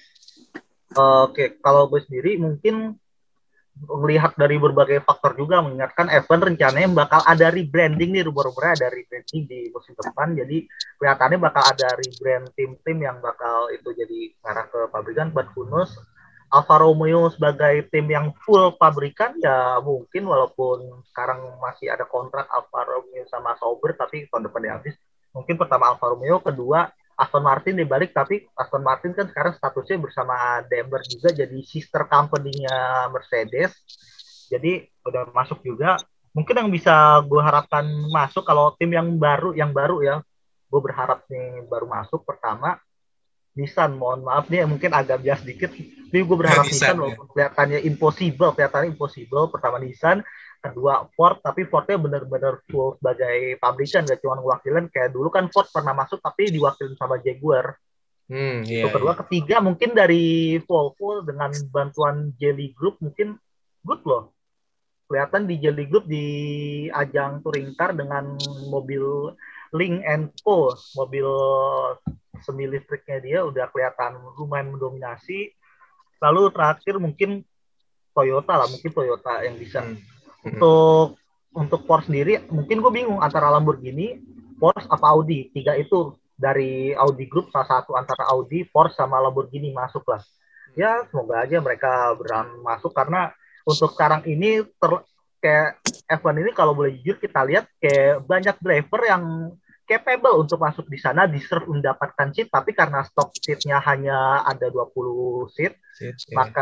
Oke, okay. Kalau gue sendiri mungkin melihat dari berbagai faktor juga mengingatkan F satu rencananya bakal ada rebranding nih, rumor-rumornya ada rebranding di musim depan, jadi kelihatannya bakal ada rebrand tim-tim yang bakal itu jadi arah ke pabrikan. But who knows, Alfa Romeo sebagai tim yang full pabrikan ya mungkin walaupun sekarang masih ada kontrak Alfa Romeo sama Sauber tapi tahun depan dia habis, mungkin pertama Alfa Romeo, kedua Aston Martin dibalik, tapi Aston Martin kan sekarang statusnya bersama Daimler juga jadi sister company-nya Mercedes, jadi udah masuk juga. Mungkin yang bisa gue harapkan masuk kalau tim yang baru yang baru ya, gue berharap nih baru masuk pertama Nissan. Mohon maaf nih mungkin agak bias dikit, tapi gue berharap ya, Nissan walaupun ya. kelihatannya impossible, kelihatannya impossible. Pertama Nissan, kedua Ford, tapi Fordnya benar-benar full sebagai pabrikan, gak cuma wakilan kayak dulu kan Ford pernah masuk tapi diwakilin sama Jaguar. Hmm, iya, itu kedua, iya. Ketiga mungkin dari Volvo dengan bantuan Jelly Group mungkin good loh. Kelihatan di Jelly Group di ajang touring car dengan mobil Link and Co, mobil semi listriknya dia udah kelihatan lumayan mendominasi. Lalu terakhir mungkin Toyota lah, mungkin Toyota yang bisa. Hmm. Untuk untuk Porsche sendiri mungkin gue bingung antara Lamborghini, Porsche apa Audi. Tiga itu dari Audi Group, salah satu antara Audi, Porsche sama Lamborghini masuk lah. Ya semoga aja mereka berani masuk karena untuk sekarang ini ter, kayak F satu ini kalau boleh jujur kita lihat kayak banyak driver yang capable untuk masuk di sana, deserve mendapatkan seat, tapi karena stok seatnya hanya ada dua puluh seat, seat yeah. maka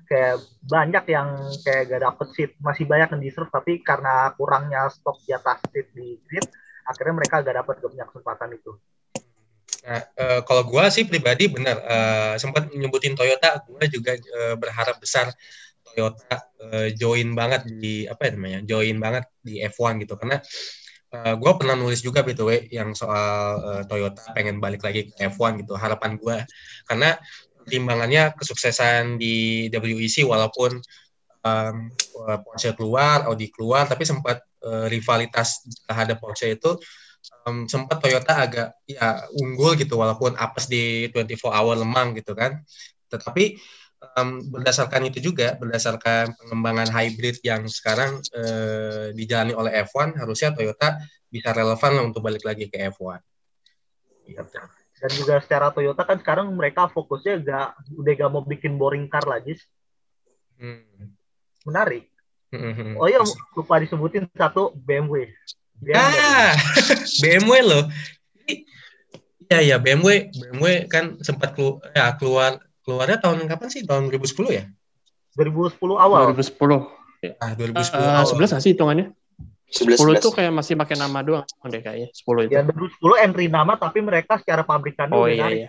kayak banyak yang kayak gak dapet seat, masih banyak yang deserve, tapi karena kurangnya stok di atas seat di grid, akhirnya mereka gak dapet gak punya kesempatan itu. Nah, uh, kalau gue sih pribadi benar uh, sempat nyebutin Toyota, gue juga uh, berharap besar Toyota uh, join banget di apa ya namanya, join banget di F one gitu, karena uh, gue pernah nulis juga B T W yang soal uh, Toyota pengen balik lagi ke F one gitu, harapan gue, karena timbangannya kesuksesan di W E C walaupun um, Porsche keluar, Audi keluar, tapi sempat uh, rivalitas terhadap Porsche itu um, sempat Toyota agak ya unggul gitu walaupun apes di dua puluh empat hour lemang gitu kan. Tetapi um, berdasarkan itu juga, berdasarkan pengembangan hybrid yang sekarang uh, dijalani oleh F one, harusnya Toyota bisa relevan lah untuk balik lagi ke F one. Gitu. Dan juga secara Toyota kan sekarang mereka fokusnya gak, udah gak mau bikin boring car lagi. Hmm. Menarik. Hmm. Oh iya, lupa disebutin satu B M W. B M W. Ah, B M W loh. Iya ya, B M W, B M W kan sempat keluar, ya keluar keluarnya tahun kapan sih? Tahun dua ribu sepuluh ya? dua ribu sepuluh awal. dua ribu sepuluh. Ah, dua ribu sepuluh. Uh, sebelas nggak sih hitungannya? sebelas, sepuluh sebelas. itu kayak masih pakai nama doang deh kayaknya. sepuluh itu. Ya, dua ribu sepuluh entry nama tapi mereka secara pabrikannya oh, udah iya, narik. iya.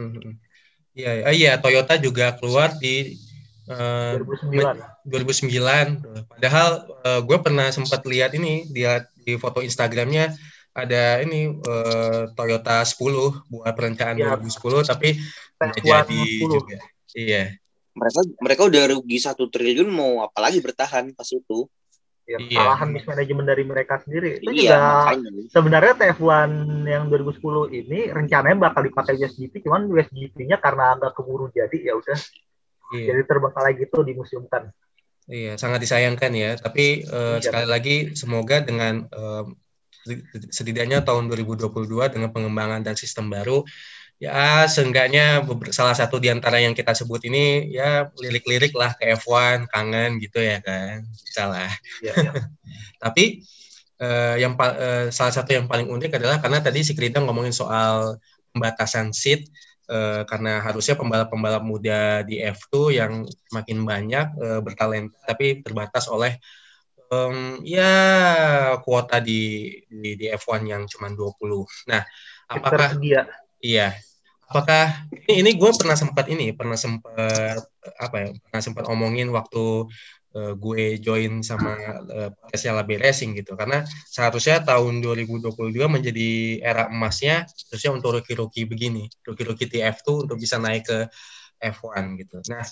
Iya, iya, iya, Toyota juga keluar di uh, dua ribu sembilan. dua ribu sembilan. Padahal uh, gue pernah sempat lihat ini, dia di foto Instagramnya ada ini uh, Toyota sepuluh buat perencanaan ya, dua ribu sepuluh tapi nggak jadi juga. Iya. Mereka mereka udah rugi satu triliun, mau apalagi bertahan pas itu. Ya, kesalahan iya. mismanajemen dari mereka sendiri. Itu iya, juga makanya. Sebenarnya T F satu yang dua ribu sepuluh ini rencananya bakal dipakai U S G P, cuman U S G P-nya karena agak keburu jadi ya udah. Iya. Jadi terbengkalai gitu dimuseumkan. Iya, sangat disayangkan ya. Tapi uh, iya. sekali lagi semoga dengan uh, setidaknya tahun dua ribu dua puluh dua dengan pengembangan dan sistem baru, ya seenggaknya salah satu di antara yang kita sebut ini ya lirik-lirik lah ke F one, kangen gitu ya kan, salah. Ya, ya. Tapi eh, yang eh, salah satu yang paling unik adalah karena tadi si Krida ngomongin soal pembatasan seat, eh, karena harusnya pembalap-pembalap muda di F dua yang makin banyak eh, bertalenta, tapi terbatas oleh Um, ya kuota di, di di F one yang cuma dua puluh. Nah, apakah tersedia? Iya. Apakah ini ini gue pernah sempat ini pernah sempat apa ya pernah sempat omongin waktu uh, gue join sama uh, podcastnya Labe Racing gitu, karena seharusnya tahun dua ribu dua puluh dua menjadi era emasnya harusnya untuk rookie-rookie begini, rookie-rookie T F dua untuk bisa naik ke F one gitu. Nah,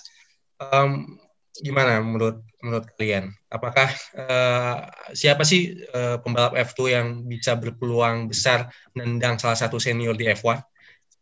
um, gimana menurut menurut kalian? Apakah uh, siapa sih uh, pembalap F dua yang bisa berpeluang besar nendang salah satu senior di F satu?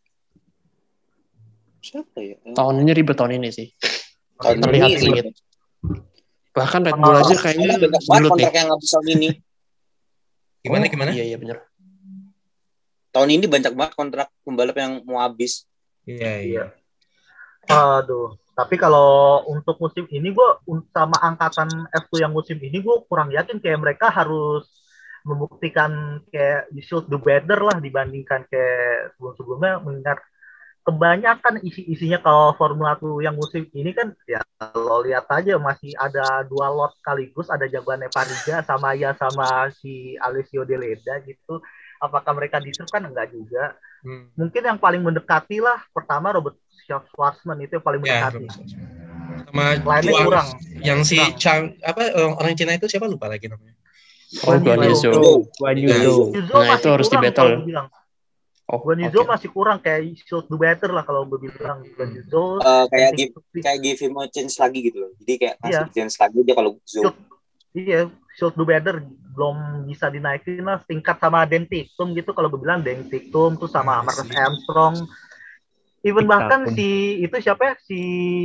Siapa ya? Tahun ini ribet tahun ini sih. Tahun Terlihat ini ribet. Bahkan Red Bull aja kayaknya banyak banget kontrak yang habis tahun ini. Gimana oh, gimana? Iya iya benar. Tahun ini banyak banget kontrak pembalap yang mau habis. Iya iya. Aduh. Tapi kalau untuk musim ini gue sama angkatan F dua yang musim ini gue kurang yakin kayak mereka harus membuktikan kayak you should do better lah dibandingkan kayak sebelum-sebelumnya, mengingat kebanyakan isi-isinya kalau Formula satu yang musim ini kan ya lo lihat aja masih ada dua lot sekaligus, ada jagoannya Parija sama ya sama si Alessio De Leda gitu. Apakah mereka deserve kan? Enggak juga. Hmm. Mungkin yang paling mendekati lah pertama Robert Schwarzman itu yang paling mendekati. Ya, sama lainnya kurang. Yang si Chang apa orang Cina itu siapa lupa lagi namanya. Oh, Guan Yu Guan Yu Nah, itu harus di battle. Oh, Guan Yu okay. masih kurang, kayak should do better lah kalau gue bilang. Guan Yu uh, kayak give, kayak give him a chance lagi gitu loh. Jadi kayak kasih yeah. chance lagi dia kalau Zhou. Iya, should do better belum bisa dinaikin lah tingkat sama Dan Titum gitu kalau gue bilang Dan Titum tuh sama Marcus Armstrong. Even Kita bahkan pun. si itu siapa ya? Si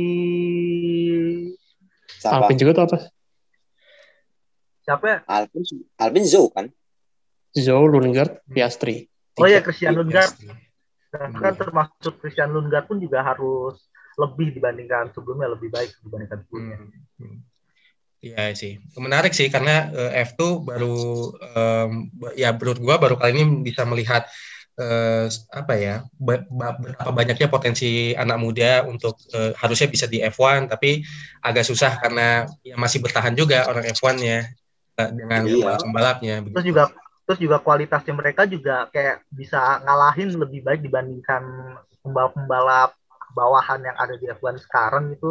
siapa? Alpin juga tuh apa? Siapa ya? Alpin, Alpin Zhou kan? Zhou, Lundgaard, Piastri. Oh ya, Christian Lundgaard. Kan termasuk Christian Lundgaard pun juga harus lebih dibandingkan sebelumnya, lebih baik dibandingkan sebelumnya. Hmm. Iya sih, menarik sih karena uh, F dua baru um, ya menurut gua baru kali ini bisa melihat uh, apa ya be- ba- betapa banyaknya potensi anak muda untuk uh, harusnya bisa di F satu, tapi agak susah karena ya masih bertahan juga orang F satu-nya uh, dengan Iya. pembalapnya. Terus juga terus juga kualitasnya mereka juga kayak bisa ngalahin lebih baik dibandingkan pembalap-pembalap bawahan yang ada di F satu sekarang itu.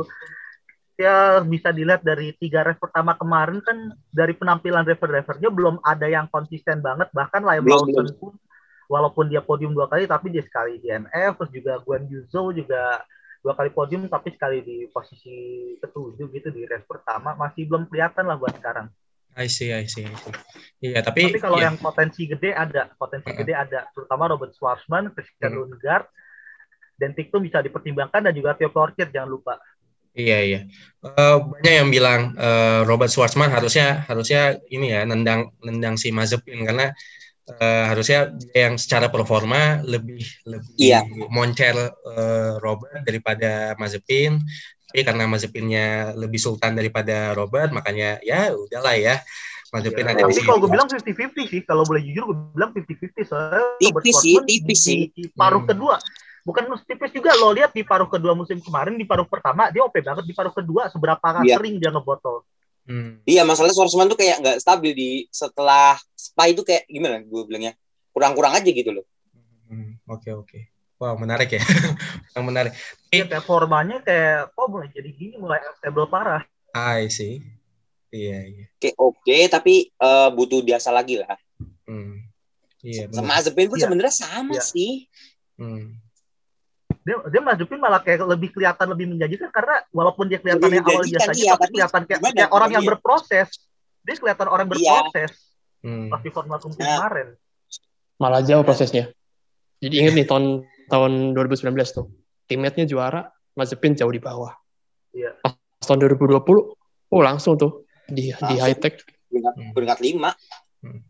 Ya bisa dilihat dari tiga race pertama kemarin kan dari penampilan driver-drivernya belum ada yang konsisten banget, bahkan Liam Lawson pun walaupun dia podium dua kali tapi dia sekali D N F, terus juga Guan Yu Zhou juga dua kali podium tapi sekali di posisi ketujuh gitu di race pertama, masih belum kelihatan lah buat sekarang. I see, I see, I see. Iya, tapi tapi kalau iya. yang potensi gede ada, potensi uh-huh. gede ada, terutama Robert Schwarzman, Christian uh-huh. Lundgaard, dan Ticktum bisa dipertimbangkan dan juga Theo Plorkir jangan lupa. Iya iya, uh, banyak yang bilang uh, Robert Schwarzman harusnya harusnya ini ya nendang nendang si Mazepin karena uh, harusnya dia yang secara performa lebih lebih iya. moncer uh, Robert daripada Mazepin, tapi karena Mazepinnya lebih sultan daripada Robert makanya ya udahlah ya Mazepin ya, ada. Tapi kalau gue bilang fifty fifty sih, kalau boleh jujur gue bilang fifty fifty soalnya Robert Schwarzman tipis di, di paruh hmm. kedua. Bukan tipis juga, lo lihat di paruh kedua musim kemarin, di paruh pertama dia O P banget, di paruh kedua seberapa iya. sering dia ngebotol. Hmm. Iya, masalah Schwarzman tuh kayak nggak stabil di setelah Spa itu kayak gimana gue bilangnya, kurang-kurang aja gitu loh. Hmm, oke oke, wow menarik ya, yang menarik. Iya, kayak formanya kayak, oh mulai jadi gini, mulai unstable parah. I see, iya iya. Oke oke, tapi uh, butuh biasa lagi lah. Hmm. Iya. Sama Mazepin pun iya. sebenarnya sama iya. sih. Hmm. Dia, dia Mazepin malah kayak lebih kelihatan lebih menjanjikan karena walaupun dia kelihatannya awal biasa iya, tapi kelihatan kayak, kayak orang yang iya. berproses. Dia kelihatan orang berproses. Iya. Hmm. Pas di Formula One nah. kemarin. Malah jauh prosesnya. Jadi ingat nih tahun tahun dua ribu sembilan belas tuh. Teammate-nya juara, Mazepin jauh di bawah. Iya. Pas tahun dua ribu dua puluh, oh langsung tuh di langsung. di high tech peringkat lima. Hmm.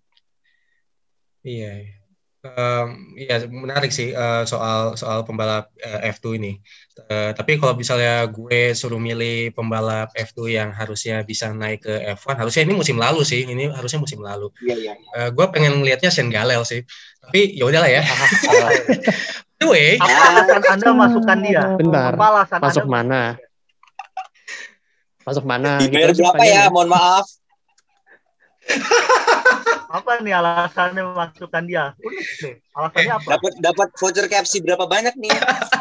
Iya. Um, ya menarik sih uh, soal soal pembalap uh, F dua ini. Uh, tapi kalau misalnya gue suruh milih pembalap F dua yang harusnya bisa naik ke F satu, harusnya ini musim lalu sih. Ini harusnya musim lalu. Iya iya. Uh, gue pengen ngelihatnya Shane Galel sih. Tapi ya udahlah ya. Anyway, apa alasan Anda masukkan dia? Bentar. Apa alasan Masuk anda mana? Masuk mana? Dibayar gitu berapa ya? Mohon maaf. Apa nih alasannya memasukkan dia? Unik nih. Alasannya apa? Dapat dapat voucher K F C berapa banyak nih?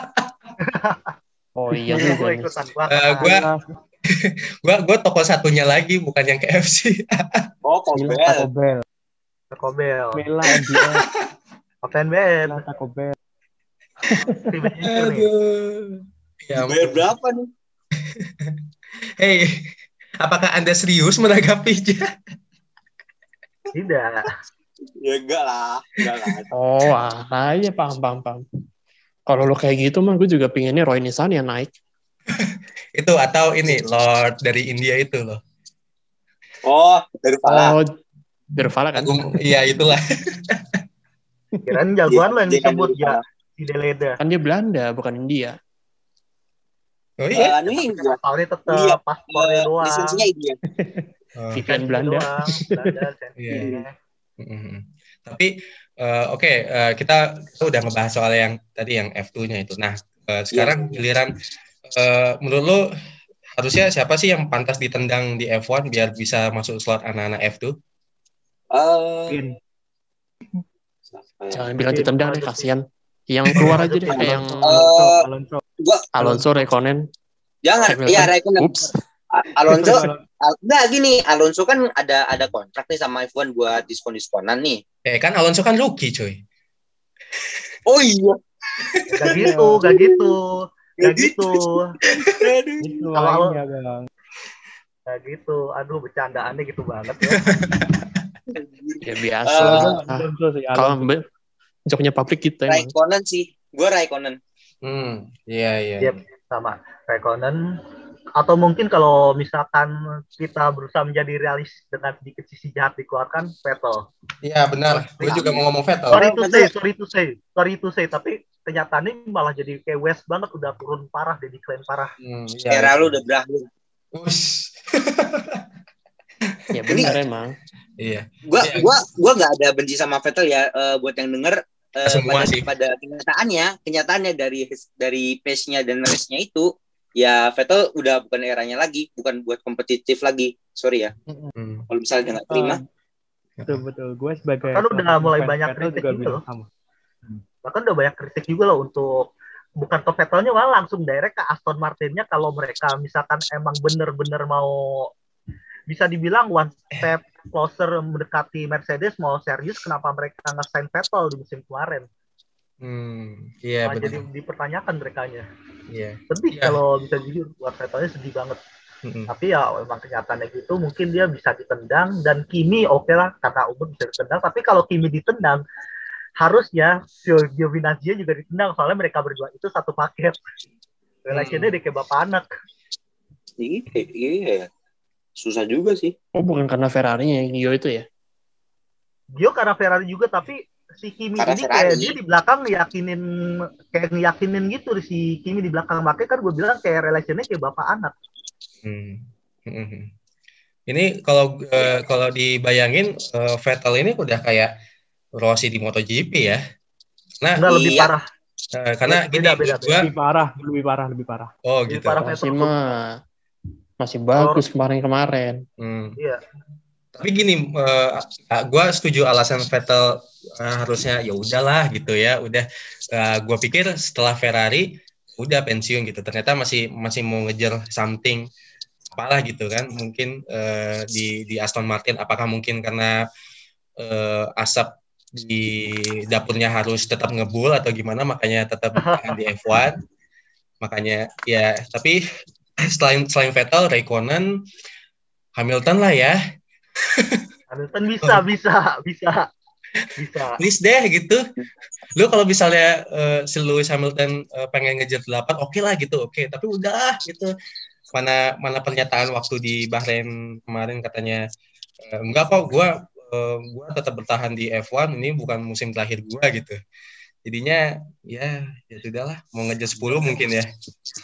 Oh iya gue juga. ikutan. Gue gue gue toko satunya lagi bukan yang K F C. Oh, Kobel. Taco Bell. Taco Bell. Bella M B S. Open bed. Taco Bell. Aduh. Ya, bayar berapa nih? Hei, apakah Anda serius menanggapinya? Tidak. Ya enggak lah, enggak lah. Oh, ah, iya paham, paham, paham. Kalau lo kayak gitu mah gue juga pinginnya Roy Nissan yang naik. Itu atau ini Lord dari India itu loh. Oh, dari Fala. Oh, dari Fala kan? Iya, itulah. Kirain jagoan lo yang disebut ya di Deleda. Kan dia Belanda, bukan India. Oh iya. Uh, ini paspornya tetap iya. paspornya uh, doang. Lisensinya India. Oh. V P N Belanda. Belanda yeah. mm-hmm. Tapi uh, oke okay, uh, kita, kita udah ngebahas soal yang tadi yang F dua-nya itu. Nah uh, sekarang yeah. giliran uh, menurut lo harusnya siapa sih yang pantas ditendang di F satu biar bisa masuk slot anak-anak F dua? Uh, Jangan bilang ditendang deh, kasihan. Yang keluar aja deh kayak yang uh, Alonso, Alonso, Raikkonen. Jangan, iya Raikkonen. Ups. Alonso, al- nah gini, Alonso kan ada ada kontrak nih sama F satu buat diskon-diskonan nih. Eh kan Alonso kan rookie coy. Oh iya. Gak gitu, gak gitu, gak gitu. Itu Kalau lainnya bang. Gak gitu, aduh bercandaannya gitu banget ya. Ya biasa. Uh, Kalau joknya publik kita emang. Raikkonen sih, gue Raikkonen. Hmm, iya iya. Yep, sama Raikkonen. Atau mungkin kalau misalkan kita berusaha menjadi realis dengan sedikit sisi jahat dikeluarkan, Vettel. Iya benar, gue juga mau ngomong Vettel. Sorry to say, sorry to say, sorry to say, tapi kenyataannya malah jadi kayak West banget, udah turun parah, jadi decline parah. Hmm, ya, era lu udah berakhir. Ush. Ya benar emang. Iya. Gua gua gua nggak ada benci sama Vettel ya. Uh, buat yang denger, uh, semua pada, sih. pada kenyataannya, kenyataannya dari dari pace-nya dan race-nya itu, ya Vettel udah bukan eranya lagi, bukan buat kompetitif lagi. Sorry ya. Hmm. Kalau misalnya dia nggak terima. Betul betul. Gue sebagai Kan udah mulai fans banyak Vettel kritik juga juga bilang loh. sama. Bahkan udah banyak kritik juga loh untuk bukan ke Vettelnya, malah langsung direct ke Aston Martinnya kalau mereka misalkan emang bener-bener mau bisa dibilang one step closer mendekati Mercedes, mau serius, kenapa mereka nge-sign Vettel di musim kemarin? Hmm, iya nah, benar. jadi dipertanyakan merekanya. Iya. Sedih Iya. kalau bisa jujur, buat Vettelnya sedih banget. Mm-mm. Tapi ya memang kenyataannya gitu, mungkin dia bisa ditendang, dan Kimi oke okay lah karena umur bisa ditendang. Tapi kalau Kimi ditendang, harusnya Giovinazzi juga ditendang, soalnya mereka berdua itu satu paket. Relationnya Hmm. dia kayak bapak anak. Iya, iya. Susah juga sih. Oh, bukan karena Ferrari-nya yang Gio itu ya? Gio karena Ferrari juga, tapi si Kimi Karena ini Ferrari. kayak dia di belakang yakinin, kayak ngeyakinin gitu si Kimi di belakang. Makanya kan gue bilang kayak relationnya kayak bapak anak. Hmm. Hmm. Ini kalau uh, kalau dibayangin uh, Vettel ini udah kayak Rossi di MotoGP ya. Nah, Enggak, lebih iya. parah. uh, karena Beda, gini beda, gua, Lebih parah, lebih parah, lebih parah. oh Lebih gitu. parah. Masih Vettel. mah masih bagus kemarin-kemarin. Hmm. Iya. Tapi gini, uh, gue setuju alasan Vettel uh, harusnya ya udahlah gitu ya. Udah, uh, gue pikir setelah Ferrari udah pensiun gitu. Ternyata masih masih mau ngejar something apalah gitu kan. Mungkin uh, di di Aston Martin. Apakah mungkin karena uh, asap di dapurnya harus tetap ngebul atau gimana? Makanya tetap bertahan di F satu. Makanya ya. Tapi selain selain Vettel, Raikkonen, Hamilton lah ya. Hamilton bisa, bisa, bisa, bisa. Please deh gitu. Lu kalau misalnya uh, si Lewis Hamilton uh, pengen ngejar delapan, oke okay lah gitu, oke. Okay. Tapi udah gitu. Mana mana pernyataan waktu di Bahrain kemarin katanya e, enggak kok, gue uh, gue tetap bertahan di F satu, ini bukan musim terakhir gue gitu. Jadinya ya ya sudahlah, mau ngejar sepuluh mungkin ya.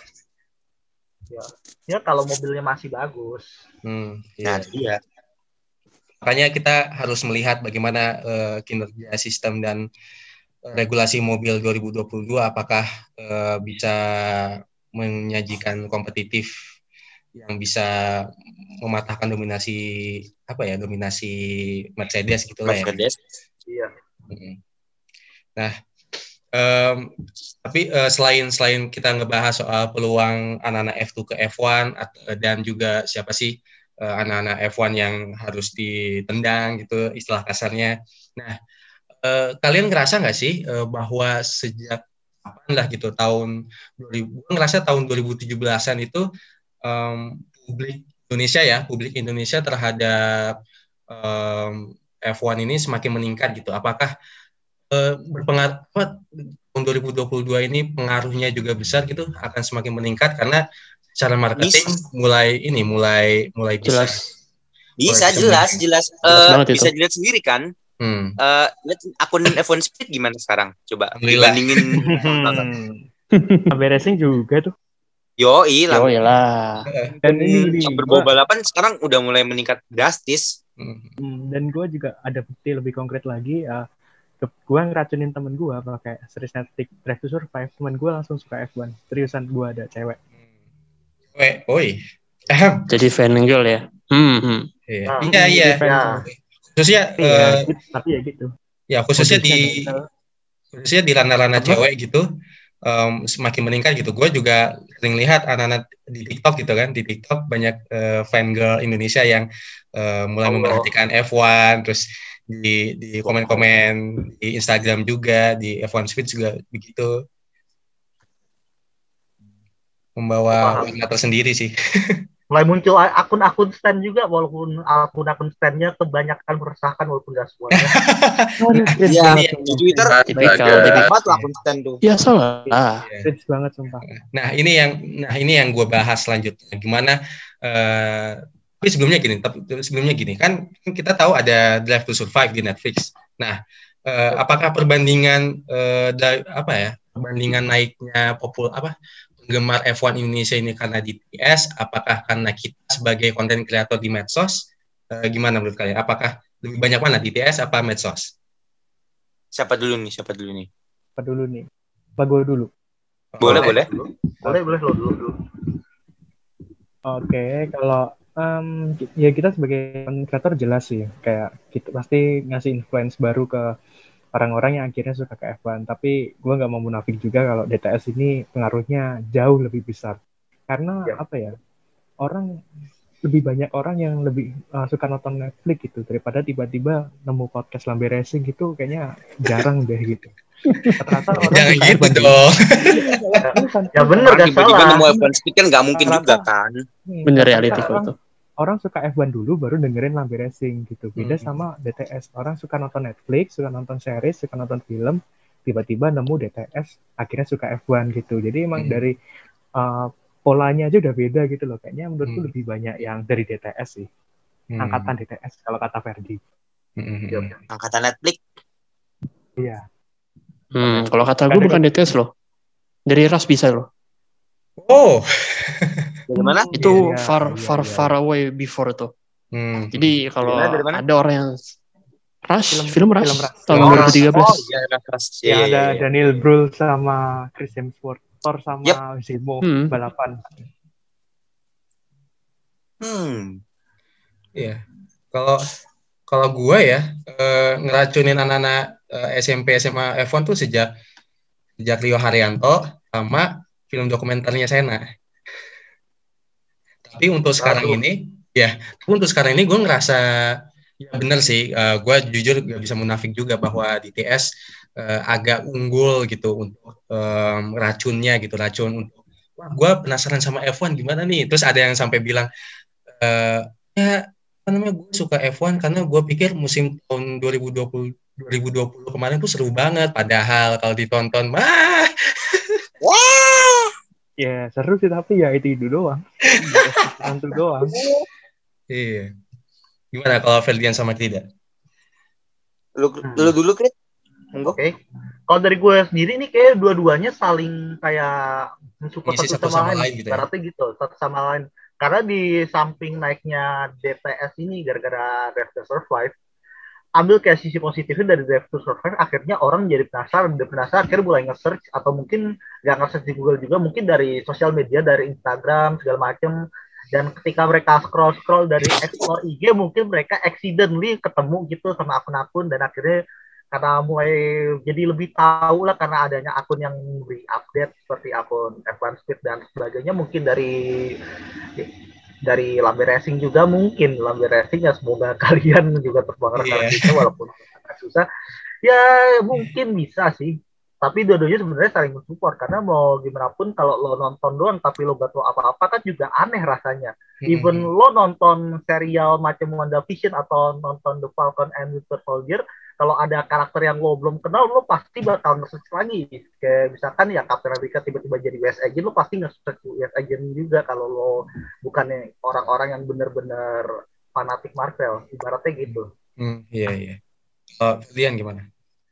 Ya, ya kalau mobilnya masih bagus. Hmm, Nah, iya. iya. Makanya kita harus melihat bagaimana uh, kinerja sistem dan uh, regulasi mobil dua ribu dua puluh dua, apakah uh, bisa menyajikan kompetitif yang bisa mematahkan dominasi apa ya dominasi Mercedes gitu lah ya. Mercedes. Iya. Nah, um, tapi uh, selain selain kita ngebahas soal peluang anak-anak F dua ke F satu dan juga siapa sih uh, anak-anak F satu yang harus ditendang gitu istilah kasarnya. Nah, uh, kalian ngerasa nggak sih uh, bahwa sejak kapan lah gitu tahun dua ribu, ngerasa tahun dua ribu tujuh belasan itu um, publik Indonesia ya, publik Indonesia terhadap um, F satu ini semakin meningkat gitu. Apakah uh, berpengaruh tahun dua ribu dua puluh dua ini pengaruhnya juga besar gitu, akan semakin meningkat karena secara marketing bisa. mulai ini mulai mulai bisa. Jelas. Bisa mulai jelas bisa jelas, jelas uh, bisa itu. Dilihat sendiri kan. Hmm. Uh, lihat akun F satu Speed gimana sekarang? Coba dibandingin. Sampai racing juga tuh. Yo lah. Yo lah. Dan ini gini, berbau balapan sekarang udah mulai meningkat drastis. Hmm, dan gue juga ada bukti lebih konkret lagi. Uh, gue ngeracunin temen gue pakai Serisnetic Drive to Survive. Temen gue langsung suka F satu. Seriusan, gue ada cewek. Cewek, oi. Jadi fan girl ya. Hmm. hmm. Iya, Nah, iya. iya. Ya. Khususnya, tapi, uh, ya, gitu, tapi ya gitu. Ya khususnya di khususnya di ranah-ranah cewek gitu. Um, semakin meningkat gitu. Gue juga sering lihat anak-anak di TikTok gitu kan, di TikTok banyak uh, fan girl Indonesia yang uh, mulai oh. memperhatikan F satu, terus di di komen-komen di Instagram juga, di F satu Speed juga begitu, membawa warna tersendiri sih. Mulai muncul akun-akun stand juga, walaupun akun-akun standnya kebanyakan meresahkan walaupun gak semuanya. Iya, di Twitter banget akun stand tuh. Ya salah. Rich banget sumpah. Nah ini yang, nah ini yang gue bahas selanjutnya. Gimana? Uh, tapi sebelumnya gini, tapi sebelumnya gini kan kita tahu ada Drive to Survive di Netflix. Nah, uh, apakah perbandingan uh, dari, apa ya? Perbandingan naiknya popul apa? Penggemar F satu Indonesia ini karena D T S, apakah karena kita sebagai konten kreator di medsos? E, gimana menurut kalian? Apakah lebih banyak mana D T S apa medsos? Siapa dulu nih? Siapa dulu nih? Apa dulu nih? Apa gue dulu? Boleh, boleh. Boleh, boleh lo dulu. dulu. Oke, kalau um, ya kita sebagai kreator jelas sih, kayak kita pasti ngasih influence baru ke orang-orang yang akhirnya suka ke F satu. Tapi gue nggak mau munafik juga kalau D T S ini pengaruhnya jauh lebih besar. Karena Ya. apa ya? Orang lebih banyak orang yang lebih uh, suka nonton Netflix gitu daripada tiba-tiba nemu podcast Lambe Racing gitu, kayaknya jarang deh gitu. Rata-rata orang Jangan suka gitu F satu. dong. Ya bener Orang gak tiba-tiba salah. nemu F satu Speed kan nggak mungkin Rata-rata- juga kan. Nih, Bener rata-rata reality orang, itu. orang suka F satu dulu baru dengerin Lambe Racing gitu. Beda Hmm. sama D T S. Orang suka nonton Netflix, suka nonton series, suka nonton film, tiba-tiba nemu D T S, akhirnya suka F satu gitu. Jadi emang Hmm. dari uh, polanya aja udah beda gitu loh. Kayaknya menurutku Hmm. lebih banyak yang dari D T S sih. Hmm. Angkatan D T S kalau kata Ferdi. Hmm. Angkatan Netflix. Iya. Hmm, kalau kata Kan gue ini- bukan D T S loh. Dari Ras bisa loh. Oh. Bagaimana? Itu Iya, far iya, far iya. far away before tuh. Hmm. Jadi kalau Dari mana, dari mana? ada orang yang Rush, Film- film, Rush, film Rush. tahun Oh, dua ribu tiga belas. Oh iya, Ras. Iya, Yang iya, ada iya. Daniel Brühl sama Chris Hemsworth, Thor sama Yep. Zemo Hmm. balapan. Hmm. Iya. Kalau kalau gue ya eh, ngeracunin anak-anak eh, S M P S M A F satu tuh sejak sejak Rio Haryanto sama film dokumenternya Sena. Tapi untuk sekarang Aduh. ini, ya, tapi untuk sekarang ini gue ngerasa ya bener sih. eh, gue jujur gak bisa munafik juga bahwa D T S eh, agak unggul gitu untuk em, racunnya gitu, racun untuk. Wah, gue penasaran sama F satu gimana nih. Terus ada yang sampai bilang, eh, ya apa namanya gue suka F satu karena gue pikir musim tahun dua ribu dua puluh dua ribu dua puluh kemarin tuh seru banget, padahal kalau ditonton mah Wah. Ya seru sih tapi ya itu itu doang. Itu doang. iya. Gimana kalau Ferdian sama tidak? Lu, Hmm. lu dulu, Krit. Monggo. Oke. Kalau dari gue sendiri nih kayak dua-duanya saling kayak mensupport Ngisi satu, satu sama, sama lain. lain gitu ya? Berarti gitu, satu sama lain. Karena di samping naiknya D T S ini gara-gara Drive to Survive, ambil kayak sisi positifnya dari Drive to Survive, akhirnya orang jadi penasaran, udah penasaran, akhirnya mulai nge-search, atau mungkin nggak nge-search di Google juga, mungkin dari sosial media, dari Instagram, segala macem. Dan ketika mereka scroll-scroll dari explore I G, mungkin mereka accidentally ketemu gitu sama akun-akun, dan akhirnya karena mulai jadi lebih tahu lah karena adanya akun yang memberi update seperti akun F satu Speed dan sebagainya, mungkin dari dari Lambe Racing juga, mungkin Lambe Racing ya, semoga kalian juga terbangun Iya. yeah. kita walaupun agak susah ya, mungkin bisa sih, tapi dua-duanya sebenarnya saling mensupport, karena mau gimana pun kalau lo nonton doang tapi lo gak tahu apa-apa kan juga aneh rasanya. Even lo nonton serial macam WandaVision atau nonton The Falcon and Winter Soldier, kalau ada karakter yang lo belum kenal, lo pasti bakal nge-search lagi. Kayak misalkan ya Captain America tiba-tiba jadi U S Agent, lo pasti nge-search U S Agent juga kalau lo bukannya orang-orang yang benar-benar fanatik Marvel, ibaratnya gitu. Hmm, iya iya. Uh, Ferdian gimana?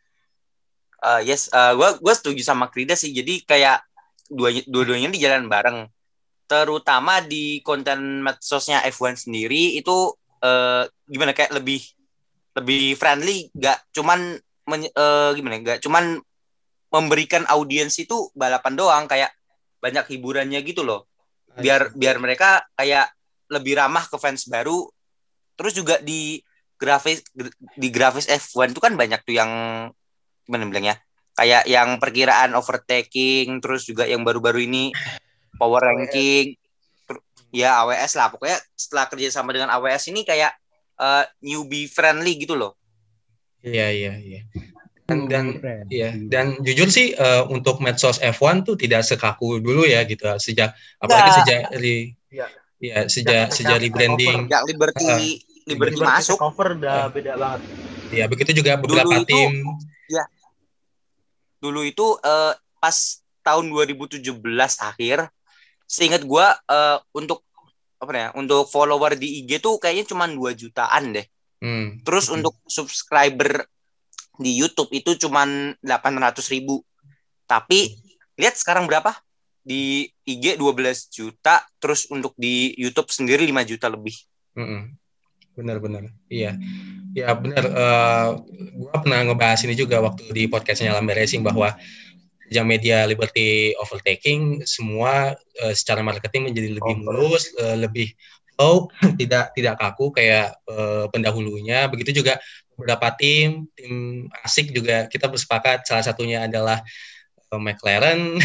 Uh, yes, uh, gue gue setuju sama Krida sih. Jadi kayak dua dua-duanya di jalan bareng. Terutama di konten medsosnya F satu sendiri itu uh, gimana kayak lebih lebih friendly, gak cuman men, uh, gimana gak cuman memberikan audiens itu balapan doang, kayak banyak hiburannya gitu loh. Biar biar mereka kayak lebih ramah ke fans baru. Terus juga di grafis di grafis F satu itu kan banyak tuh yang gimana bilangnya, kayak yang perkiraan overtaking, terus juga yang baru-baru ini power ranking, ya A W S lah pokoknya. Setelah kerja sama dengan A W S ini kayak uh, newbie friendly gitu loh. Iya iya iya. Dan dan Keren. iya dan jujur sih uh, untuk medsos F satu tuh tidak sekaku dulu ya gitu, sejak apalagi Nah. sejak ri, Ya. ya sejak sejak rebranding. Yang Liberty Uh, Liberty, Liberty Liberty masuk. Cover udah Uh. beda banget. Ya begitu juga beberapa Dulu itu, tim. Ya. Dulu itu uh, pas tahun dua ribu tujuh belas akhir, seingat gue uh, untuk apa ya, untuk follower di I G tuh kayaknya cuma dua jutaan deh. Hmm. Terus hmm. untuk subscriber di YouTube itu cuma delapan ratus ribu. Tapi lihat sekarang berapa? Di I G dua belas juta, terus untuk di YouTube sendiri lima juta lebih. Hmm. benar-benar. Iya. Ya benar, uh, gue pernah ngebahas ini juga waktu di podcastnya Lambe Racing bahwa jam media Liberty overtaking semua uh, secara marketing menjadi lebih mulus, uh, lebih flow, tidak tidak kaku kayak uh, pendahulunya. Begitu juga beberapa tim, tim asik juga kita bersepakat salah satunya adalah uh, McLaren.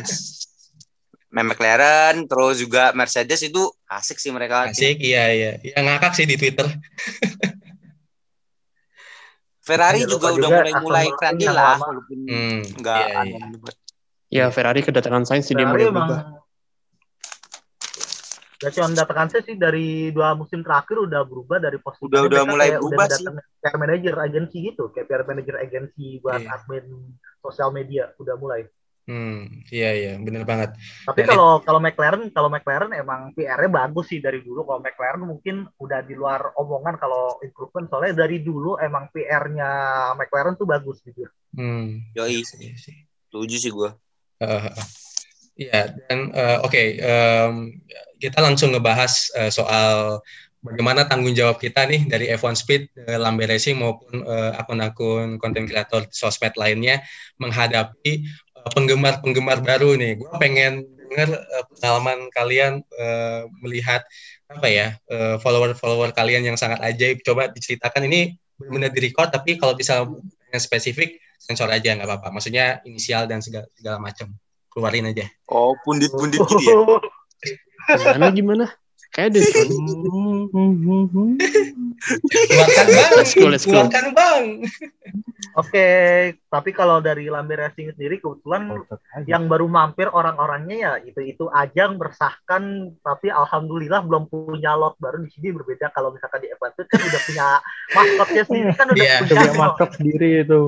McLaren, terus juga Mercedes itu asik sih mereka. Asik, iya iya. Yang ngakak sih di Twitter. Ferrari ya, juga udah mulai-mulai friendly lah, walaupun hmm, nggak iya, aneh. iya. Ya Ferrari kedatangan Sainz dia mulai berubah. Ya cuma mendatangkan Sainz sih dari dua musim terakhir udah berubah dari posisi. Udah udah mulai berubah sih. Kayak manajer agensi gitu, kayak P R manajer agensi buat yeah. admin sosial media udah mulai. Hmm, iya iya, benar banget. Tapi Dan kalau it... kalau McLaren, kalau McLaren emang P R-nya bagus sih dari dulu. Kalau McLaren mungkin udah di luar omongan kalau improvement, soalnya dari dulu emang P R-nya McLaren tuh bagus gitu. Hmm, yoi sih. Setuju sih gue. Uh, iya dan uh, oke, okay, um, kita langsung ngebahas uh, soal bagaimana tanggung jawab kita nih dari F one Speed, uh, Lambe Racing maupun uh, akun-akun konten kreator sosmed lainnya menghadapi penggemar-penggemar baru nih. Gue pengen dengar uh, pengalaman kalian uh, melihat apa ya uh, follower-follower kalian yang sangat ajaib. Coba diceritakan, ini benar-benar di-record, tapi kalau bisa yang spesifik sensor aja nggak apa-apa. Maksudnya inisial dan segala, segala macam keluarin aja. Oh, pundit-pundit gitu ya? Gimana gimana? Kayak deh. Keluarkan bang, keluarkan bang. Oke, tapi kalau dari Lambe Racing sendiri kebetulan oh, yang baru mampir orang-orangnya ya itu-itu Ajang bersahkan, tapi alhamdulillah belum punya lot baru di sini. Berbeda kalau misalkan di F one kan udah punya maskotnya sendiri kan udah yeah, punya maskot sendiri itu.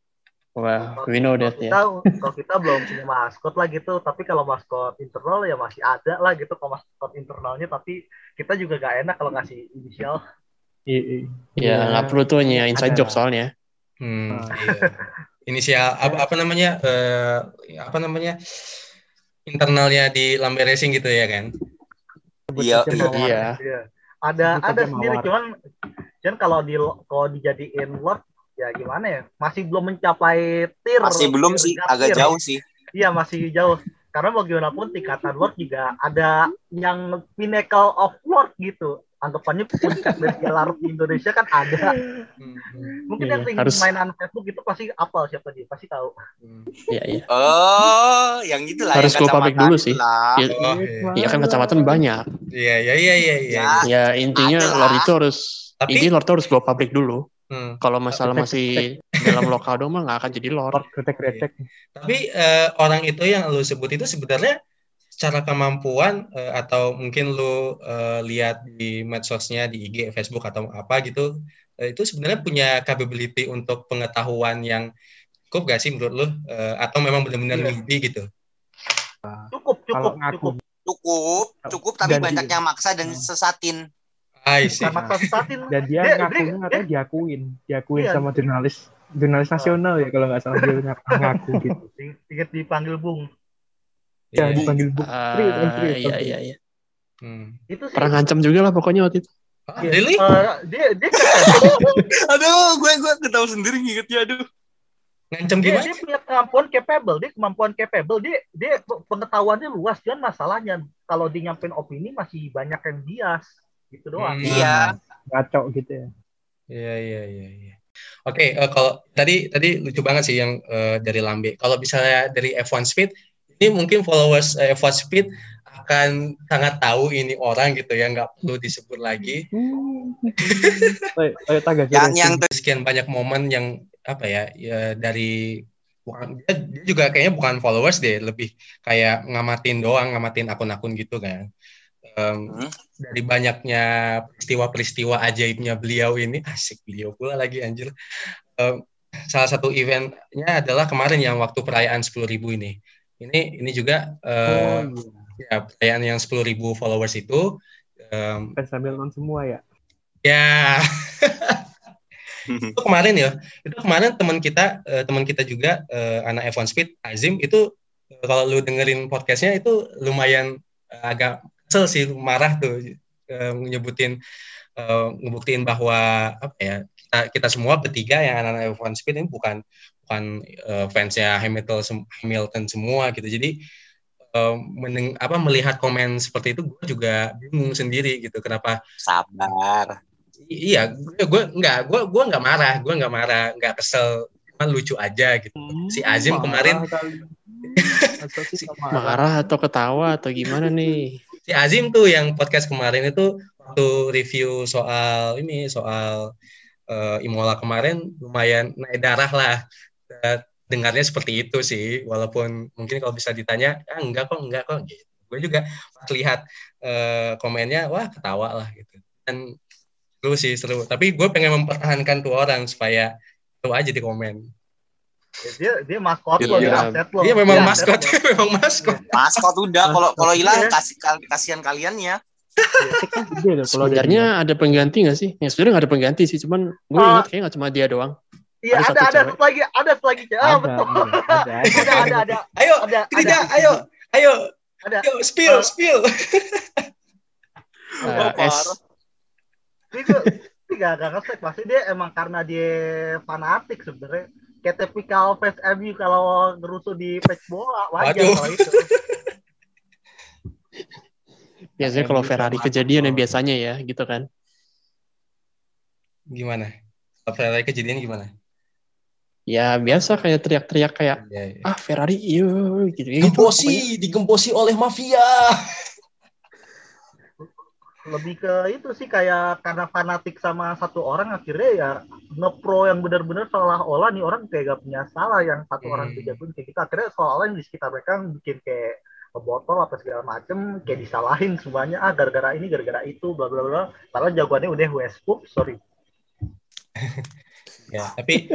Wah, wow, we know that ya. Kita, kalau kita belum punya maskot lah gitu, tapi kalau maskot internal ya masih ada lah gitu kalau maskot internalnya, tapi kita juga gak enak kalau ngasih inisial. Iya, ya, nggak perlu tuh nya inside joke soalnya. Hmm, iya. Inisial apa apa namanya uh, apa namanya internalnya di Lambe Racing gitu ya kan? Iya, iya. Ada ada sendiri, cuman cuman kalau di kalau dijadiin lot ya gimana ya, masih belum mencapai tier. Masih belum sih, agak jauh sih. Iya masih jauh, karena mau gimana pun tingkatan Lord juga ada yang pinnacle of Lord gitu. Anggapannya puncak dari Lord di Indonesia kan ada. Mungkin iya, yang tinggi harus... mainan Facebook itu pasti apal siapa dia, pasti tahu. Iya iya. Oh, yang itulah. Harus yang go public dulu sih. Iya oh, iya kan kecamatan banyak. Iya iya iya iya. Ya, ya intinya Lord itu harus, tapi ini Lord itu harus go public dulu. Hmm. Kalau masalah masih dalam lokal dong mah nggak akan jadi lord. Kretek-kretek. Tapi uh, orang itu yang lu sebut itu sebenarnya secara kemampuan uh, atau mungkin lu uh, lihat di medsosnya di I G, Facebook atau apa gitu, uh, itu sebenarnya punya capability untuk pengetahuan yang cukup gak sih menurut lu? Uh, atau memang benar-benar yeah. newbie gitu? Cukup, cukup, cukup. Cukup, cukup tapi banyak yang maksa dan sesatin. I see. Dan dia, dia ngakuin atau diakuin, diakuin iya. sama jurnalis, jurnalis nasional ya kalau nggak salah dia ngaku gitu. Ingat dipanggil Bung. Ya, dipanggil Bung. Uh, iya iya iya. Hmm. Itu sih. Pernah ngancam juga lah pokoknya waktu itu. Ah, really? Uh, dia dia aduh, gue gue ketawa sendiri ngingetnya, aduh. Ngancam dia, gimana? Dia punya kemampuan capable, dia kemampuan capable, dia dia pengetahuannya luas, cuman masalahnya kalau dia nyampein opini masih banyak yang bias. Gitu doang. Hmm. Iya. Gacok gitu ya. Iya iya iya iya. Oke, okay, uh, kalau tadi tadi lucu banget sih yang uh, dari Lambe. Kalau misalnya dari F one Speed, ini mungkin followers uh, F one Speed akan sangat tahu ini orang gitu ya, nggak perlu disebut lagi. yang yang sekian banyak momen yang apa ya, ya dari bukan, dia, dia juga kayaknya bukan followers deh, lebih kayak ngamatin doang, ngamatin akun-akun gitu kan. Um, hmm? Dari banyaknya peristiwa-peristiwa ajaibnya beliau ini, asik beliau pula lagi anjir. Um, salah satu eventnya adalah kemarin yang waktu perayaan sepuluh ribu ini. Ini ini juga uh, oh, iya. ya perayaan yang sepuluh ribu followers itu. Um, sambil nonton semua ya. Ya. Itu kemarin ya. Itu kemarin teman kita, uh, teman kita juga uh, anak F one Speed, Azim itu uh, kalau lu dengerin podcastnya itu lumayan uh, agak kesel sih, marah tuh uh, nyebutin uh, ngebuktiin bahwa apa ya kita kita semua bertiga yang anak-anak F satu Speed ini bukan bukan uh, fansnya Hamilton Hamilton semua gitu. Jadi uh, meneng, apa melihat komen seperti itu gue juga bingung sendiri gitu. Kenapa? Sabar. I- iya, gue nggak gue gue nggak marah, gue nggak marah, nggak kesel, cuma lucu aja gitu. Hmm, Si Azim kemarin si, marah atau ketawa atau gimana nih? Si Azim tuh yang podcast kemarin itu waktu review soal ini soal uh, Imola kemarin lumayan naik darah lah. Uh, dengarnya seperti itu sih, walaupun mungkin kalau bisa ditanya, ah enggak kok, enggak kok. Gitu. Gue juga pas lihat uh, komennya, wah ketawa lah gitu. Dan seru sih seru. Tapi gue pengen mempertahankan tuh orang supaya tuh aja di komen. Dia dia maskot Iya. lo, dia aset lo. Dia memang Dia maskot, aset lo. memang maskot. Maskot udah, kalau kalau hilang Iya. kasih kasihan kaliannya. kan gede loh kalau dari Sebenarnya ada pengganti nggak sih? Ya sebenarnya nggak ada pengganti sih, cuman gue Ah. ingat kayaknya nggak cuma dia doang. Iya, Ada ada satu ada cewek. satu lagi, ada satu lagi. Ah, ada, betul. iya, ada, Ada ada ada. Ayo, Ada tidak, ada. ayo, ayo, Ada. ayo, spill, Uh, spill. Uh, S Ini gue ini gak gak ngesek, pasti dia emang karena dia fanatik sebenarnya. Kayak tipikal fans M U kalau ngerusuh di patch bola, wajar Waduh. kalau itu. biasanya kalau Ferrari kejadian ya biasanya ya gitu kan. Gimana? Kalau Ferrari kejadian gimana? Ya biasa kayak teriak-teriak kayak Ya, ya. ah Ferrari iyo gitu ya gitu. Gemposi, digemposi oleh mafia. Lebih ke itu sih, kayak karena fanatik sama satu orang akhirnya ya ngepro yang benar-benar seolah-olah nih orang kayak gak punya salah yang satu Hmm. orang dijagoin kayak gitu. Akhirnya seolah-olah yang di sekitar mereka bikin kayak botol apa segala macem, kayak disalahin semuanya, ah gara-gara ini gara-gara itu bla bla bla. Padahal jagoannya udah Westbrook, sorry. Ya, tapi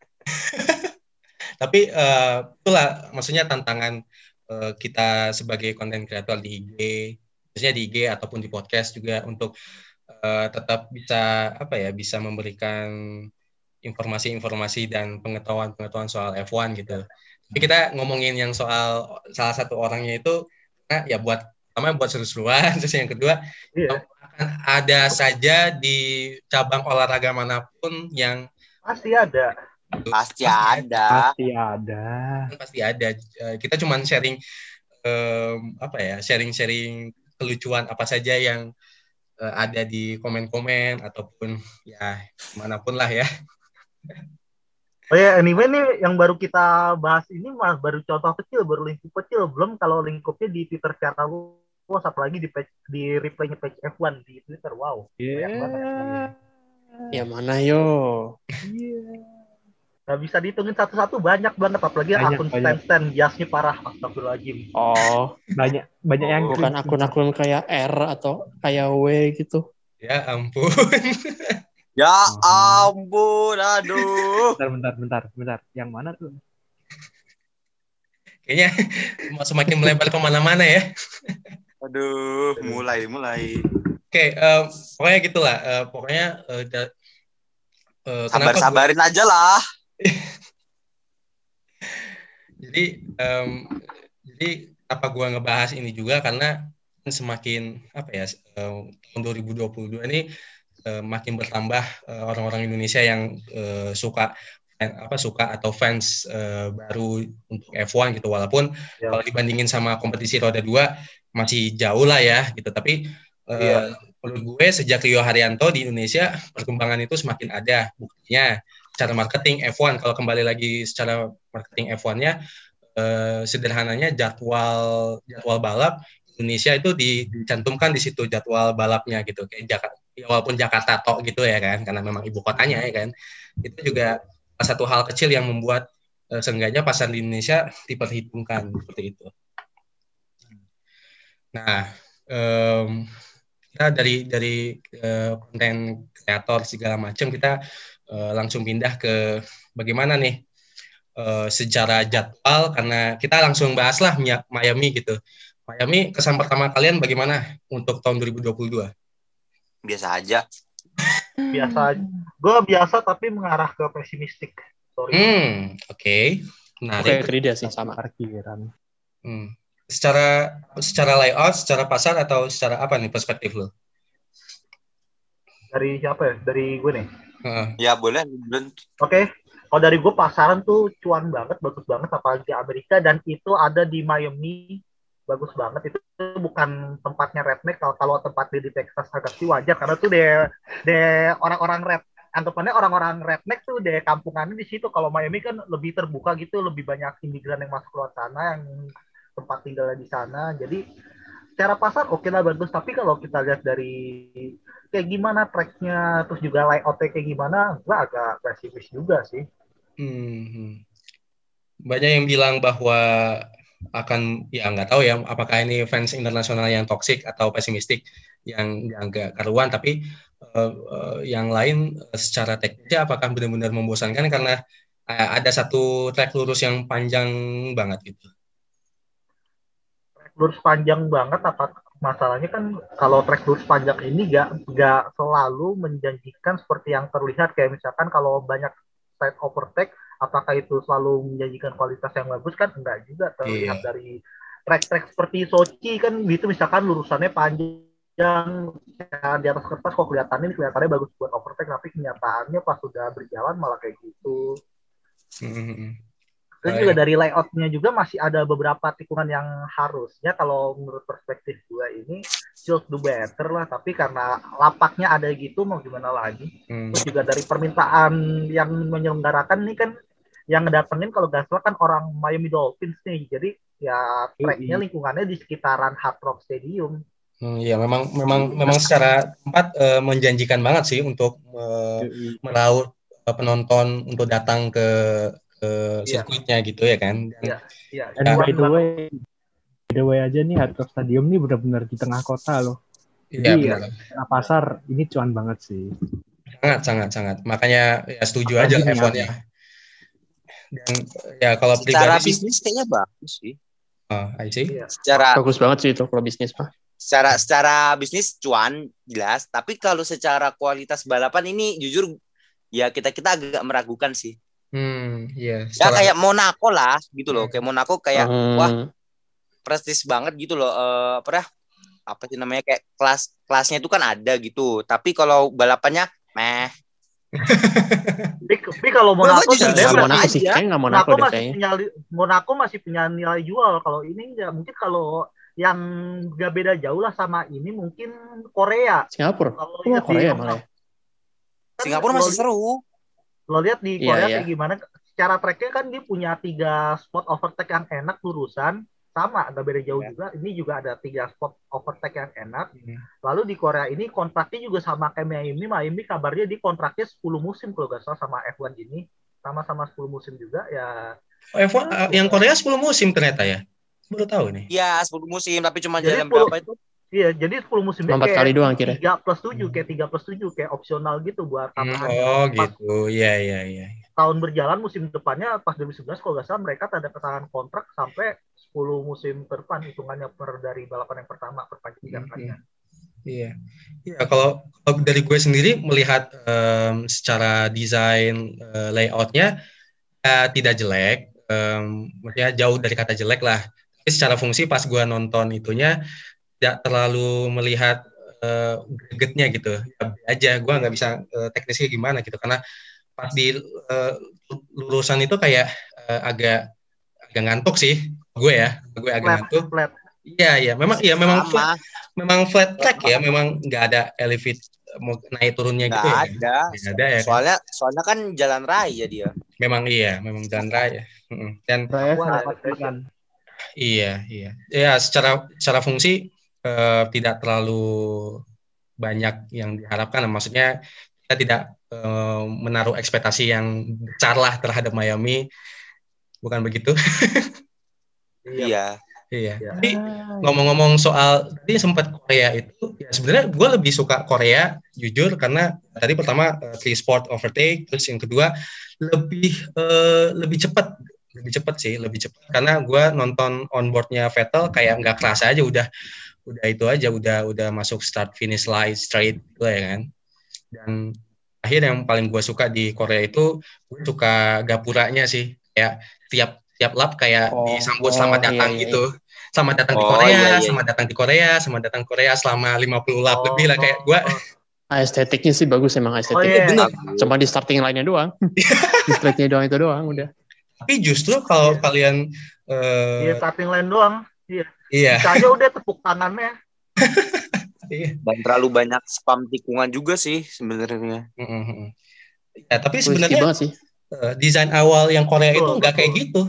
tapi uh, itulah maksudnya tantangan uh, kita sebagai konten kreator di I G, maksudnya di I G ataupun di podcast juga untuk uh, tetap bisa apa ya bisa memberikan informasi-informasi dan pengetahuan-pengetahuan soal F satu gitu. Tapi kita ngomongin yang soal salah satu orangnya itu nah, ya buat pertama buat seru-seruan, terus yang kedua Iya. akan ada saja di cabang olahraga manapun yang Pasti ada. Pasti ada. pasti ada. kan pasti ada. Eh, Kita cuman sharing em, apa ya, sharing-sharing kelucuan apa saja yang eh, ada di komen-komen ataupun ya manapun lah ya. Oh ya, anyway nih yang baru kita bahas ini mah baru contoh kecil, baru lingkup kecil. Belum kalau lingkupnya di Twitter secara luas, apalagi di page, di replaynya page F satu di Twitter. Wow. Banyak banget. Ya mana yo. Gak bisa dihitungin satu-satu, banyak banget. Apalagi Banyak, akun banyak. stand-stand jasnya parah. Astagfirullahaladzim. Oh, Banyak banyak yang bukan akun-akun kayak R atau kayak W gitu. Ya ampun. Ya ampun, aduh. bentar bentar bentar bentar. Yang mana tuh? Kayaknya semakin melebar kemana-mana ya. Aduh, mulai, mulai. Oke, em, pokoknya gitulah. Eh, pokoknya eh, da- eh, kenapa gua- Sabar-sabarin aja lah. Jadi, em, jadi apa gua ngebahas ini juga karena semakin apa ya em, tahun dua ribu dua puluh dua ini em, makin bertambah eh, orang-orang Indonesia yang eh, suka eh, apa suka atau fans eh, baru untuk F satu gitu, walaupun Ya. kalau dibandingin sama kompetisi roda dua masih jauh lah ya gitu. Tapi eh, Iya. menurut gue sejak Rio Haryanto di Indonesia perkembangan itu semakin ada. Buktinya secara marketing F satu, kalau kembali lagi secara marketing F satu-nya eh, sederhananya jadwal jadwal balap Indonesia itu di- dicantumkan di situ jadwal balapnya gitu, kayak Jakarta ya, walaupun Jakarta tok gitu ya kan, karena memang ibu kotanya ya kan. Itu juga salah satu hal kecil yang membuat eh, seenggaknya pasar di Indonesia diperhitungkan seperti itu. Nah, em, kita dari dari eh, konten kreator segala macam kita eh, langsung pindah ke bagaimana nih eh, secara jadwal, karena kita langsung bahas lah Mi- Miami gitu. Miami, kesan pertama kalian bagaimana untuk tahun dua ribu dua puluh dua? Biasa aja. Biasa. Gue biasa tapi mengarah ke pesimistik. Sorry. Hmm, oke, Oke, menarik. Krida sih sama. Parkiran. Hmm. Secara secara layout, secara pasar atau secara apa nih perspektif lo? Dari siapa ya? Dari gue nih. Uh. Ya boleh. Oke. Okay. Kalau dari gue pasaran tuh cuan banget, bagus banget apalagi Amerika, dan itu ada di Miami, bagus banget. Itu bukan tempatnya redneck. Kalau kalau tempatnya di Texas agak sih wajar karena tuh deh deh orang-orang red anggapannya orang-orang redneck tuh deh kampungannya di situ. Kalau Miami kan lebih terbuka gitu, lebih banyak imigran yang masuk keluar sana, yang tempat tinggalnya di sana. Jadi secara pasar oke okay lah bagus, tapi kalau kita lihat dari kayak gimana tracknya, terus juga layoutnya kayak gimana, gue agak pesimis juga sih. Hmm. Banyak yang bilang bahwa akan, ya nggak tahu ya apakah ini fans internasional yang toksik atau pesimistik yang yang nggak karuan, tapi uh, uh, yang lain uh, secara teknisnya apakah benar-benar membosankan karena uh, ada satu track lurus yang panjang banget gitu. Track lurus panjang banget, apa masalahnya kan kalau track lurus panjang ini nggak nggak selalu menjanjikan seperti yang terlihat. Kayak misalkan kalau banyak side overtake, apakah itu selalu menjanjikan kualitas yang bagus kan? Enggak juga, terlihat yeah. Dari track-track seperti Sochi kan gitu, misalkan lurusannya panjang ya, di atas kertas kok kelihatannya kelihatannya bagus buat overtake, tapi kenyataannya pas sudah berjalan malah kayak gitu. Mm-hmm. Terus juga dari layoutnya juga masih ada beberapa tikungan yang harusnya kalau menurut perspektif gue ini should do better lah, tapi karena lapaknya ada gitu mau gimana lagi. Hmm. Terus juga dari permintaan yang menyelenggarakan nih kan, yang ngedatengin kalau gak salah kan orang Miami Dolphins nih, jadi ya tracknya lingkungannya di sekitaran Hard Rock Stadium. Hmm, ya memang memang memang secara tempat uh, menjanjikan banget sih untuk uh, meraup uh, penonton untuk datang ke ke sirkuitnya yeah. gitu ya kan. Iya. Yeah. Yeah. And by the way, by the way aja nih Hard Rock Stadium nih benar-benar di tengah kota loh. Jadi yeah, ya, pasar ini cuan banget sih. Sangat sangat sangat. Makanya ya setuju Apa aja F satu-nya. Dan ya kalau secara bisnis sih, kayaknya bagus sih. Oh, I see. Yeah. Secara bagus banget sih itu kalau bisnis Pak. Secara secara bisnis cuan jelas, tapi kalau secara kualitas balapan ini jujur ya kita-kita agak meragukan sih. Hmm, iya. Yeah, ya kayak Monaco lah gitu loh. Yeah. Kayak Monaco kayak hmm. wah prestis banget gitu loh. Uh, apa dah? Apa sih namanya, kayak kelas kelasnya itu kan ada gitu. Tapi kalau balapannya meh. Tapi kalau Monaco sebenarnya Monaco sih kayak enggak Monaco, Monaco masih punya Monaco masih punya nilai jual. Kalau ini enggak, mungkin kalau yang enggak beda jauh lah sama ini mungkin Korea. Singapura. Kalau oh, Korea malah. Kan Singapura masih seru. Lo lihat di Korea yeah, yeah. kayak gimana secara tracknya kan dia punya tiga spot overtake yang enak lurusan, sama agak beda jauh yeah. juga. Ini juga ada tiga spot overtake yang enak. Mm. Lalu di Korea ini kontraknya juga sama kayak Miami. Miami kabarnya di kontraknya sepuluh musim kalau nggak salah sama F satu ini, sama-sama sepuluh musim juga ya. Oh, F satu uh, yang Korea sepuluh musim ternyata ya. Baru tahu nih. Iya sepuluh musim tapi cuma jalan berapa itu? Iya, jadi sepuluh musimnya kayak kali doang, kira. tiga plus tujuh, kayak tiga plus tujuh, kayak opsional gitu buat tambahan. Oh gitu, iya, iya, iya. Tahun berjalan musim depannya, pas dua ribu sebelas kalau nggak salah, mereka tanda tangan kontrak sampai sepuluh musim ke depan, hitungannya per dari balapan yang pertama, perpanjangannya. Iya, iya. Kalau, kalau dari gue sendiri melihat um, secara desain uh, layoutnya uh, tidak jelek, um, maksudnya jauh dari kata jelek lah. Tapi secara fungsi pas gue nonton itunya, tidak terlalu melihat uh, gregetnya gitu ya, aja gue nggak bisa uh, teknisnya gimana gitu karena pas di uh, lurusan itu kayak uh, agak agak ngantuk sih gue ya gue agak flat, ngantuk flat. Iya iya memang iya memang flat, memang flat track ya memang nggak ada elevate naik turunnya gak gitu ada. ya nggak ada ya soalnya kan? soalnya kan jalan raya dia memang iya memang jalan raya dan raya kan iya iya ya secara secara fungsi Uh, tidak terlalu banyak yang diharapkan, maksudnya kita tidak uh, menaruh ekspektasi yang besar lah terhadap Miami, bukan begitu? Iya. Iya. Tapi ngomong-ngomong soal tadi sempat Korea itu, ya sebenarnya gue lebih suka Korea jujur karena tadi pertama uh, three sport overtake, terus yang kedua lebih uh, lebih cepat, lebih cepat sih, lebih cepat karena gue nonton onboardnya Vettel kayak nggak kerasa aja udah udah itu aja udah udah masuk start finish line straight gitu ya kan. Dan akhir yang paling gue suka di Korea itu gue suka gapuranya sih, kayak tiap tiap lap kayak oh, disambut selamat datang oh, iya, gitu iya. Selamat datang oh, di Korea iya, iya. selamat datang di Korea selamat datang Korea selama lima puluh lap oh, lebih lah kayak gue estetiknya sih bagus emang Oh estetiknya. iya. Bener. Cuma di starting line-nya doang. Di slide-nya doang itu doang udah. Tapi justru kalau Iya. kalian eh, Iya starting line doang. Iya. iya, Sisanya udah tepuk tangannya. iya. Dan terlalu banyak spam tikungan juga sih sebenarnya. Mm-mm. Ya, tapi Risky sebenarnya banget sih. eh, desain awal yang Korea itu Betul, nggak kayak betul. gitu.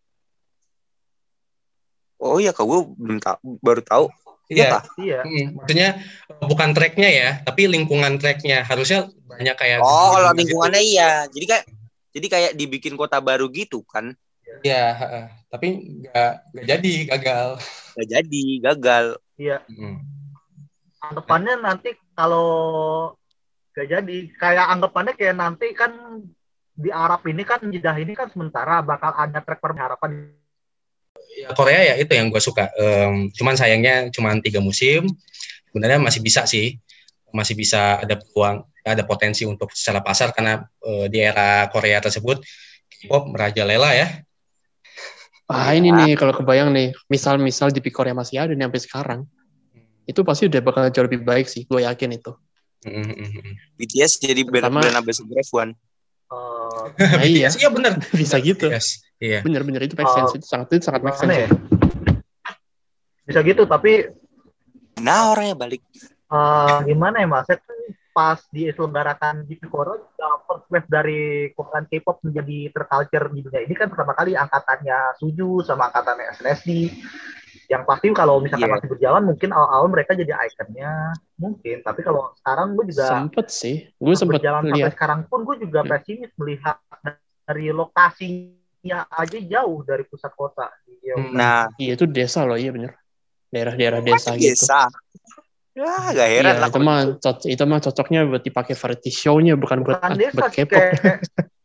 Oh iya, kak gue belum tahu, baru tahu. Iya Iya. kak. Iya. Mm, maksudnya eh, bukan tracknya ya, tapi lingkungan tracknya harusnya banyak kayak Oh, kalau gedung-gedung lingkungannya gitu. iya. Jadi kayak jadi kayak dibikin kota baru gitu kan. Iya, heeh. Tapi nggak nggak jadi, gagal. Gak jadi, gagal. Iya. Mm. Anggapannya nanti kalau gak jadi, kayak anggapannya kayak nanti kan di Arab ini kan Jeddah ini kan sementara bakal ada track pengharapan. Ya, Korea ya itu yang gue suka. Em, cuman sayangnya cuman tiga musim. Sebenarnya masih bisa sih, masih bisa ada peluang, ada potensi untuk secara pasar karena eh, di era Korea tersebut K-pop merajalela ya. Ah ini nih kalau kebayang nih, misal-misal di Korea masih ada nih sampai sekarang, itu pasti udah bakal jauh lebih baik sih, gue yakin itu. Mm-mm. B T S jadi brand Pertama- ambassador F satu. Eh, Nah, iya, B T S, iya benar. bisa gitu. Yes, iya. Bener-bener itu make sense, itu sangat itu sangat make gimana sense. ya? Bisa gitu, tapi Nah orangnya balik. eh, gimana ya mas? Saya kan pas diselenggarakan G P Korea, first wave dari Korean K-pop menjadi terculture di dunia ini kan pertama kali angkatannya Suju sama angkatannya S N S D. Yang pasti kalau misalkan Iya. masih berjalan mungkin awal-awal mereka jadi ikonnya mungkin. Tapi kalau sekarang gue juga Sempet sih, gue sempet berjalan sampai lihat. sekarang pun gue juga Hmm. pesimis melihat dari lokasinya aja jauh dari pusat kota. Iya, Hmm. Nah, Iya itu desa loh, iya bener. Daerah-daerah desa masa gitu. desa. Ya, gak heran Iya, lah. itu mah co- itu mah cocoknya buat dipakai variety show-nya, bukan buat bukan desa buat sih, K-pop. kayak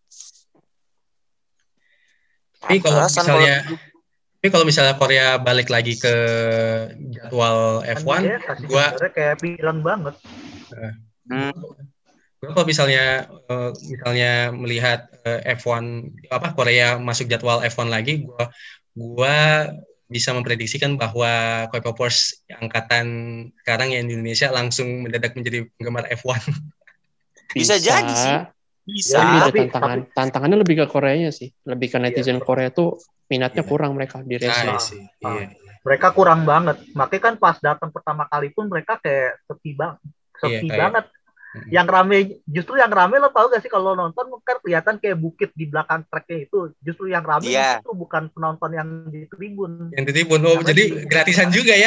Tapi kalau Alasan misalnya, kalau- tapi kalau misalnya Korea balik lagi ke jadwal F bukan satu, desa sih, gua sebenarnya kayak pinggiran banget. Hmm. Gue kalau misalnya eh, misalnya melihat eh, F satu apa Korea masuk jadwal F satu lagi, gua gua bisa memprediksikan bahwa K-popers angkatan sekarang yang di Indonesia langsung mendadak menjadi penggemar F satu. Bisa jadi sih. Bisa. Tapi Ya, ada tapi- tantangan, tantangannya lebih ke Koreanya sih, lebih ke netizen Iya. Korea tuh minatnya Iya. kurang mereka di Ah, racing. iya sih. Ah. Iya. Mereka kurang banget. Makanya kan pas datang pertama kali pun mereka kayak sepi banget. Sepi Iya, kayak- banget. Mm. Yang rame, justru yang rame lo tau gak sih kalau nonton kan kelihatan kayak bukit di belakang tracknya itu. Justru yang rame Iya. itu bukan penonton yang di tribun. Yang titipun, oh Karena jadi di- gratisan juga ya.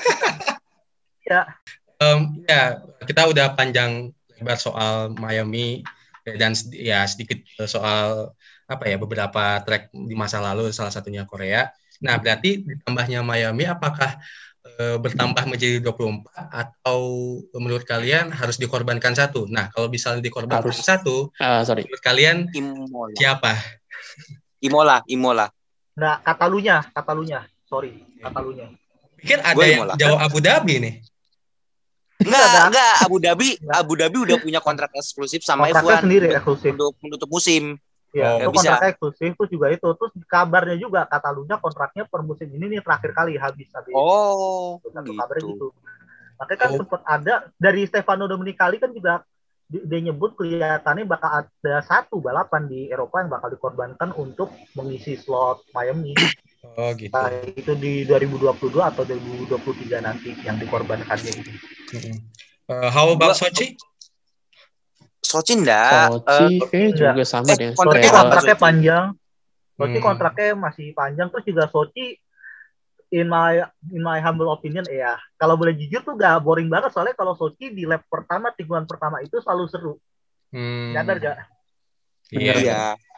Ya. Em, ya, kita udah panjang lebar soal Miami eh, dan sed- ya sedikit eh, soal apa ya beberapa track di masa lalu, salah satunya Korea. Nah, berarti ditambahnya Miami apakah eh, bertambah menjadi dua puluh empat atau menurut kalian harus dikorbankan satu? Nah, kalau misalnya dikorbankan Harus. satu, Ah, sorry. menurut kalian Imola. siapa? Imola, Imola. Nah, Katalunya, Katalunya. Sorry, Katalunya. Pikir ada Gue yang Imola. jawab Abu Dhabi nih. Enggak, Enggak. enggak. Abu Dhabi, Enggak. Abu Dhabi udah punya kontrak eksklusif sama F Kontraknya satu sendiri eksklusif. untuk menutup musim. Ya, Oh, itu nggak bisa. kontraknya eksklusif, terus juga itu. Terus kabarnya juga Katalunya kontraknya per musim ini nih terakhir kali habis habis. Oh, Satu kabarnya gitu. gitu. Makanya kan Oh. sempat ada dari Stefano Domenicali kan juga di- dia nyebut kelihatannya bakal ada satu balapan di Eropa yang bakal dikorbankan untuk mengisi slot Miami. Oh, gitu. Nah, itu di dua ribu dua puluh dua atau dua ribu dua puluh tiga nanti yang dikorbankannya ini. Mm-mm. Eh, how about Gua- Sochi? Sochi enggak. Sochi Eh, kayak enggak. juga sama eh, deh. Sochi kontraknya Kayak- lama. kontraknya Sochi. panjang. Sochi Hmm. kontraknya masih panjang, terus juga Sochi in my in my humble opinion ya, kalau boleh jujur tuh gak boring banget soalnya kalau Sochi di lap pertama, tikungan pertama itu selalu seru. Hmm. Nyadar gak? Iya. Iya.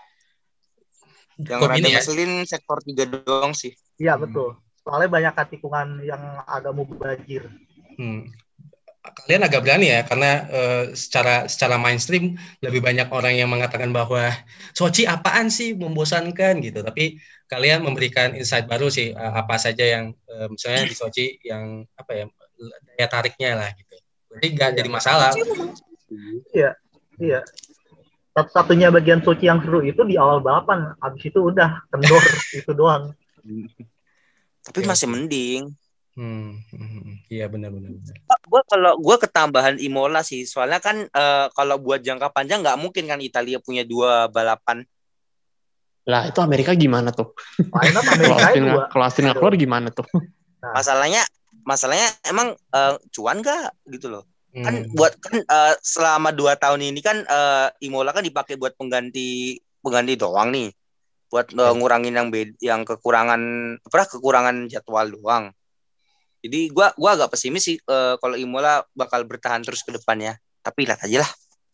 Yang Cukup rada ini ya. ngeselin sektor tiga doang sih. Iya Hmm. betul. Soalnya banyak tikungan yang agak mubazir. Hmm. Kalian agak berani ya karena eh, secara secara mainstream lebih banyak orang yang mengatakan bahwa Sochi apaan sih membosankan gitu, tapi kalian memberikan insight baru sih eh, apa saja yang eh, misalnya di Sochi yang apa ya daya tariknya lah gitu. Jadi nggak Iya. jadi masalah. Iya, iya. Satu-satunya bagian Sochi yang seru itu di awal balapan. Abis itu udah kendor itu doang. Tapi Oke, masih oke. mending. Hmm, hmm, iya benar-benar. Gue kalau gue ketambahan Imola sih, soalnya kan uh, kalau buat jangka panjang nggak mungkin kan Italia punya dua balapan. Lah itu Amerika gimana tuh? Final Kalau Amerika Austin dua. kalau Austin nggak keluar gimana tuh? Nah, Masalahnya masalahnya emang uh, cuan gak gitu loh. Kan Hmm. buat kan uh, selama dua tahun ini kan uh, Imola kan dipakai buat pengganti pengganti doang nih. Buat uh, ngurangin yang bed, yang kekurangan apa kekurangan jadwal doang. Jadi gua gua agak pesimis sih uh, kalau Imola bakal bertahan terus ke depannya. Tapi lihat aja lah.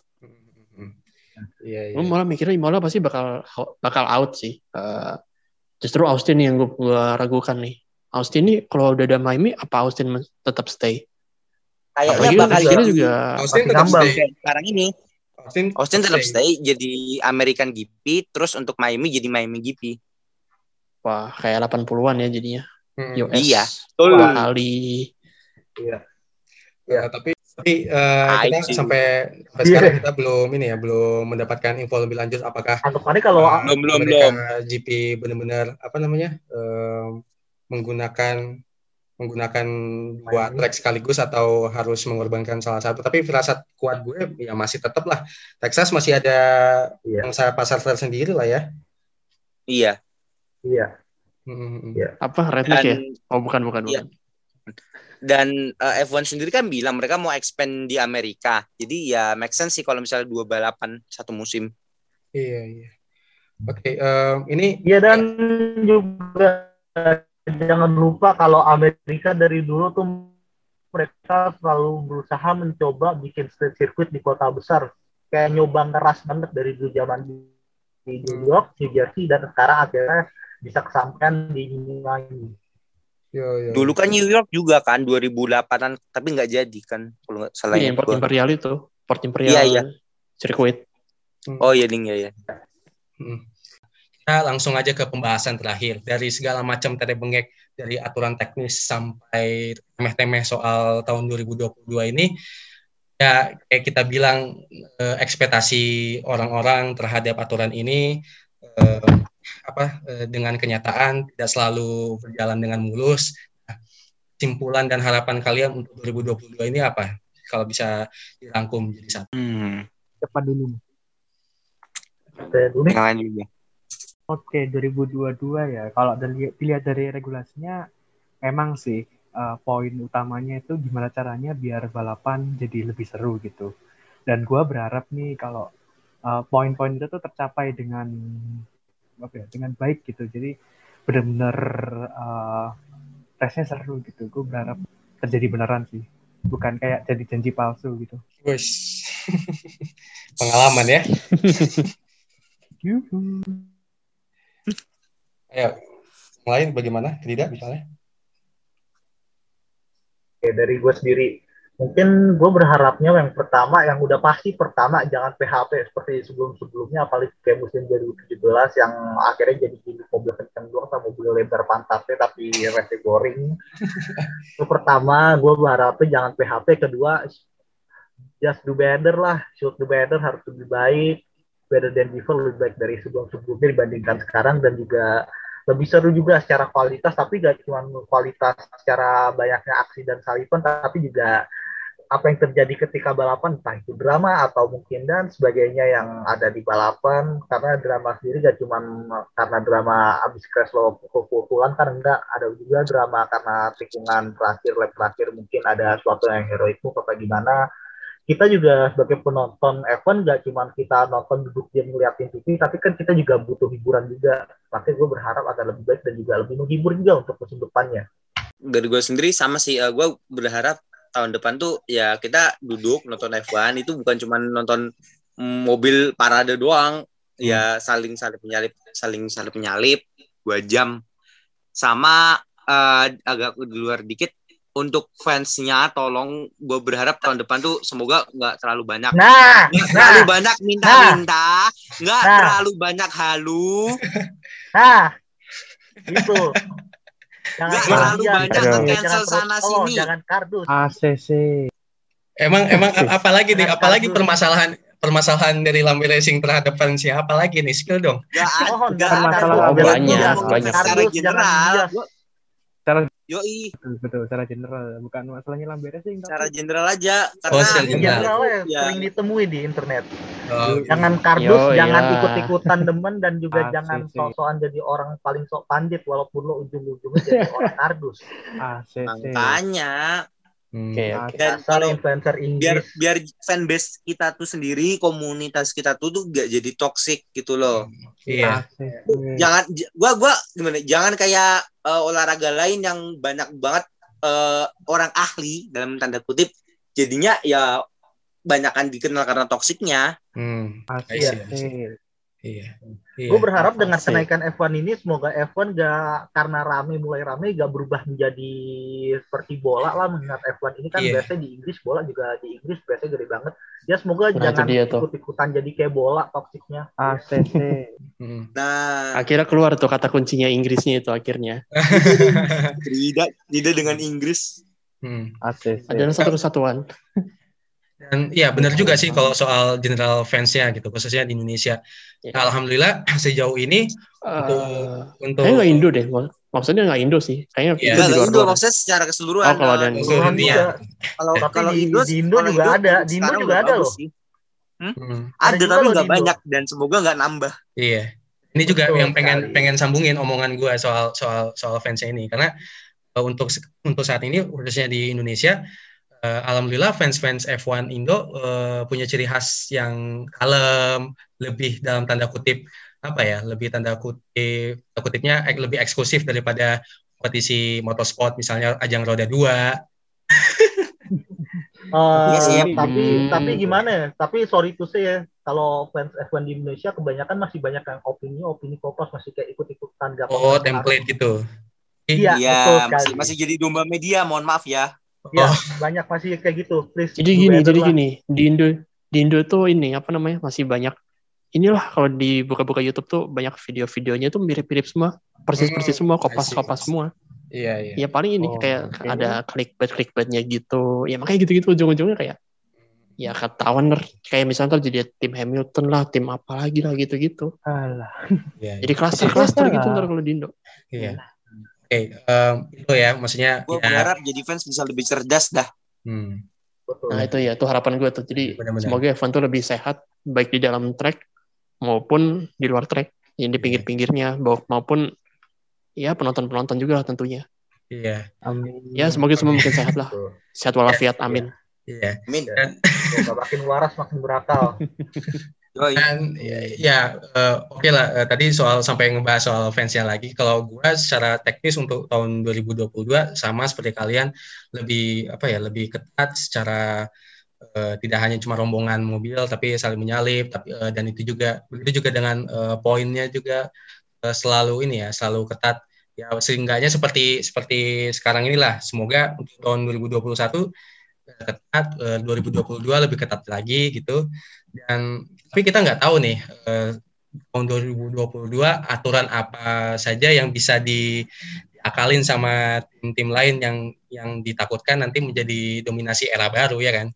Iya, iya. Gue malah mikirnya Imola pasti bakal bakal out sih. Uh, justru Austin yang gue ragukan nih. Austin ini kalau udah ada Miami, apa Austin tetap stay? Kayaknya Apalagi bakal juga, jadi juga Austin tetap ngambang. stay. Sekarang ini Austin, Austin tetap stay jadi American G P, terus untuk Miami jadi Miami G P. Wah, kayak delapan puluhan ya jadinya. Hmm. U S Iya. dua kali. Iya. Ya, tapi tapi uh, kita Anjing. sampai sampai sekarang kita belum ini ya belum mendapatkan info lebih lanjut apakah Anggapannya kalau uh, Belum, belum, Amerika belum. G P benar-benar apa namanya um, menggunakan menggunakan dua Miami. track sekaligus atau harus mengorbankan salah satu. Tapi firasat kuat gue ya masih tetap lah Texas masih ada Iya. bangsa pasar tersendiri lah ya. Iya. Iya. Hmm. Iya. Apa redneck Dan ya? Oh bukan bukan Iya. bukan. Dan uh, F satu sendiri kan bilang mereka mau expand di Amerika. Jadi ya make sense sih kalau misalnya dua balapan satu musim. Iya iya. Oke, okay, um, ini Iya dan juga jangan lupa kalau Amerika dari dulu tuh mereka selalu berusaha mencoba bikin street circuit di kota besar. Kayak nyoba ngeras banget dari dulu zaman di, di New York, New Jersey, dan sekarang akhirnya bisa kesampaian di Miami. Yo, yo. Dulu kan New York juga kan dua ribu delapan-an tapi nggak jadi kan kalau nggak salah. Iya, Port Imperial itu. Port Imperial Iya, iya. Circuit. Oh iya ding ya ya. Hmm. Kita langsung aja ke pembahasan terakhir. Dari segala macam tadi bengek dari aturan teknis sampai temeh-temeh soal tahun dua ribu dua puluh dua ini, ya kayak kita bilang eh, ekspektasi orang-orang terhadap aturan ini eh, apa eh, dengan kenyataan tidak selalu berjalan dengan mulus. Nah, kesimpulan dan harapan kalian untuk dua ribu dua puluh dua ini apa? Kalau bisa dirangkum jadi satu. Hmm. Cepat dulu. Yang lain juga. Oke, dua ribu dua puluh dua ya. Kalau dari, dilihat dari regulasinya, memang sih uh, poin utamanya itu gimana caranya biar balapan jadi lebih seru gitu. Dan gue berharap nih kalau uh, poin-poin itu tuh tercapai dengan apa ya, dengan baik gitu. Jadi benar-benar uh, tesnya seru gitu. Gue berharap terjadi beneran sih, bukan kayak jadi janji palsu gitu. Wush. Pengalaman ya. Yuhu. Ayo, yang lain bagaimana? Tidak misalnya? Oke, dari gue sendiri, mungkin gue berharapnya yang pertama, yang udah pasti pertama jangan P H P seperti sebelum-sebelumnya, apalagi kayak musim dua ribu tujuh belas yang akhirnya jadi gimmick mobil kencang doang sama mobil lebar pantatnya tapi rese goring. Itu pertama, gue berharapnya jangan P H P. Kedua, just do better lah, shoot do better, harus lebih baik, better than before, lebih baik dari sebelum-sebelumnya dibandingkan sekarang, dan juga lebih seru juga secara kualitas, tapi gak cuma kualitas secara banyaknya aksi dan salipan, tapi juga apa yang terjadi ketika balapan, entah itu drama atau mungkin dan sebagainya yang ada di balapan. Karena drama sendiri gak cuma karena drama abis crash lo pukul-pukulan, kan enggak, ada juga drama karena tikungan terakhir, lap terakhir mungkin ada sesuatu yang heroikmu apa gimana. Kita juga sebagai penonton F satu gak cuma kita nonton duduk diam ngeliatin T V, tapi kan kita juga butuh hiburan juga. Makanya gue berharap ada lebih baik dan juga lebih menghibur juga untuk musim depannya. Dari gue sendiri sama sih, uh, gue berharap tahun depan tuh ya kita duduk nonton F satu itu bukan cuma nonton mobil parade doang, hmm. ya saling salip menyalip, saling salip menyalip dua jam. Sama uh, agak di luar dikit. Untuk fansnya, tolong gue berharap tahun depan tuh semoga nggak terlalu banyak, nah, nggak nah, terlalu banyak minta-minta, nggak nah, terlalu banyak halu, nah, gitu. Nggak terlalu banyak cancel sana sini. Jangan kardus. A C C. Emang emang apalagi nih, apalagi permasalahan permasalahan dari Lambe Racing terhadap fansnya, apalagi nih, spill dong. Nggak ada, Oh, nggak ada ada. Oh, banyak, banyak. Secara general. Secara Yoi, betul, betul, secara general, bukan masalahnya lambe racing. secara Tapi general aja karena Oh, secara general. Generalnya ya, sering ditemui di internet. Oh, Jangan kardus, Yo, jangan iya. ikut-ikutan demen, dan juga Asik jangan sih. sok-sokan jadi orang paling sok pandit walaupun lo ujung-ujungnya jadi orang kardus. A C C. makanya hmm. Oke, oke. dan Dasar kalau influencer biar Inggris. biar fanbase kita tuh sendiri, komunitas kita tuh tuh gak jadi toxic gitu loh. Iya. A C C. Jangan j- gua gua gimana? Jangan kayak eh, olahraga lain yang banyak banget eh, orang ahli dalam tanda kutip, jadinya ya banyakan dikenal karena toksiknya. Hmm. A C I see, I C. see. Iya. Iya. Gue berharap dengan Asik. kenaikan F satu ini semoga F satu gak, karena rame mulai rame, gak berubah menjadi seperti bola lah. Mengingat F satu ini kan Iya. biasanya di Inggris, bola juga di Inggris biasanya gede banget. Ya semoga Nah, jangan itu dia tuh. ikut-ikutan jadi kayak bola toksiknya. A C C. Hmm. Nah, Akhirnya keluar tuh kata kuncinya Inggrisnya itu akhirnya. tidak tidak dengan Inggris. Hmm. A C C. Adalah satu kesatuan. Dan ya benar juga sih kalau soal general fansnya gitu, khususnya di Indonesia. Ya. Alhamdulillah sejauh ini untuk Eh, untuk Kayaknya nggak Indo deh. Mak- Maksudnya nggak Indo sih. Kayaknya Iya. itu Enggak, di enggak luar Indo luar. maksudnya secara keseluruhan. Oh, kalau ada eh, yang- seluruh dunia. kalau Tapi kalau di- Indo di Indo kalau juga ada. Di Indo sekarang juga udah ada bagus loh. sih. Hmm. Ada Ada juga tapi loh nggak di Indo. banyak dan semoga nggak nambah. Iya. Ini juga Betul yang pengen sekali. pengen sambungin omongan gue soal soal soal fansnya ini, karena uh, untuk untuk saat ini khususnya di Indonesia, uh, alhamdulillah fans-fans F satu Indo uh, punya ciri khas yang kalem, lebih dalam tanda kutip apa ya, lebih tanda kutip tanda kutipnya ek- lebih eksklusif daripada kompetisi motorsport misalnya ajang roda dua. Eh, Iya sih, ya. tapi Hmm. tapi gimana ya? Tapi sorry to say ya, kalau fans F satu di Indonesia kebanyakan masih banyak yang opini-opini koplos, masih kayak ikut-ikutan gak Oh, komen template gitu. Iya, Iya, betul masih sekali. masih jadi domba media, mohon maaf ya. Ya, Oh. banyak masih kayak gitu. Please Jadi do gini, better jadi lah. gini. Di Indo, di Indo tuh ini apa namanya masih banyak. Inilah kalau di buka-buka YouTube tuh banyak video-videonya tuh mirip-mirip semua, persis-persis semua, kopas-kopas semua. Iya, iya. Ya paling ini Oh, kayak oke. ada clickbait-clickbaitnya gitu. Ya makanya gitu-gitu ujung-ujungnya kayak ya ketahuan ntar kayak misalnya ntar jadi tim Hamilton lah, tim apa lagi lah gitu-gitu. Alah. Iya, Jadi klaster-klaster gitu ntar kalau di Indo. iya. Oke, em, itu ya maksudnya Gue ya. berharap jadi fans bisa lebih cerdas dah. Hmm. Betul. Nah itu ya, itu harapan gue tuh. Jadi Benar-benar. semoga F satu tuh lebih sehat, baik di dalam track maupun di luar track, yang di pinggir-pinggirnya, bawa- maupun ya penonton-penonton juga lah tentunya. Iya, Amin. Ya semoga semua makin sehat lah, Betul. sehat walafiat, amin. iya. Amin. Semoga makin waras, makin berakal. Yoi. Dan ya, ya, eh, oke lah, eh, tadi soal sampai ngebahas soal fansnya lagi. Kalau gua secara teknis untuk tahun dua ribu dua puluh dua sama seperti kalian, lebih apa ya, lebih ketat secara eh, tidak hanya cuma rombongan mobil tapi saling menyalip, tapi eh, dan itu juga begitu juga dengan eh, poinnya juga eh, selalu ini ya, selalu ketat. Ya seenggaknya seperti seperti sekarang inilah. Semoga untuk tahun dua ribu dua puluh satu ketat, eh, dua ribu dua puluh dua lebih ketat lagi gitu. Dan tapi kita nggak tahu nih eh, tahun dua ribu dua puluh dua aturan apa saja yang bisa di- diakalin sama tim-tim lain yang yang ditakutkan nanti menjadi dominasi era baru ya kan.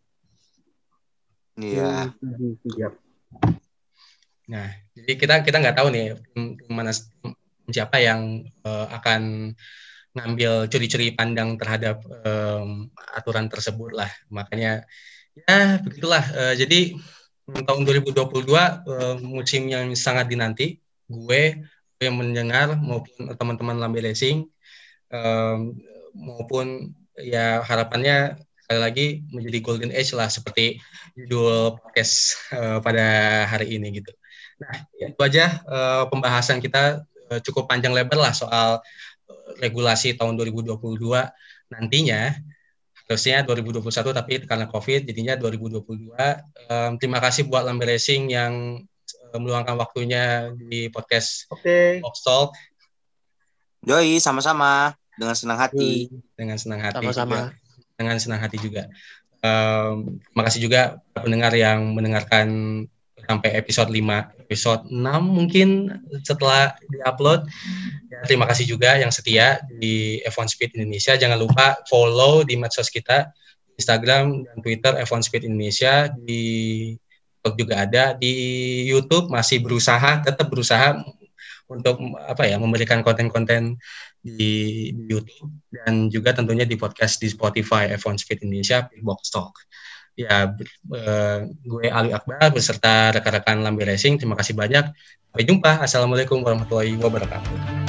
Iya. Siap. Nah, jadi kita kita nggak tahu nih tim, tim mana tim siapa yang eh, akan ngambil curi-curi pandang terhadap em, aturan tersebut lah. Makanya ya begitulah. Eh, jadi tahun dua ribu dua puluh dua eh, musim yang sangat dinanti. Gue yang mendengar maupun teman-teman Lambe Racing em, maupun ya harapannya sekali lagi menjadi golden age lah seperti judul podcast eh, pada hari ini gitu. Nah, itu aja eh, pembahasan kita eh, cukup panjang lebar lah soal eh, regulasi tahun dua ribu dua puluh dua nantinya. Harusnya dua ribu dua puluh satu tapi karena Covid jadinya dua ribu dua puluh dua. Um, terima kasih buat Lambe Racing yang uh, meluangkan waktunya di podcast Oke. Box Talk Yoi, sama-sama dengan senang hati. dengan senang hati Sama-sama. juga. Dengan senang hati juga. Um, terima kasih juga para pendengar yang mendengarkan sampai episode lima, episode enam mungkin setelah diupload. Ya, terima kasih juga yang setia di F satu Speed Indonesia. Jangan lupa follow di medsos kita, Instagram dan Twitter F satu Speed Indonesia. Di TikTok juga ada. Di YouTube masih berusaha, tetap berusaha untuk apa ya memberikan konten-konten di, di YouTube dan juga tentunya di podcast di Spotify F one Speed Indonesia Pitbox Talk. Ya, eh, gue Ali Akbar beserta rekan-rekan Lambe Racing. Terima kasih banyak. Sampai jumpa. Assalamualaikum warahmatullahi wabarakatuh.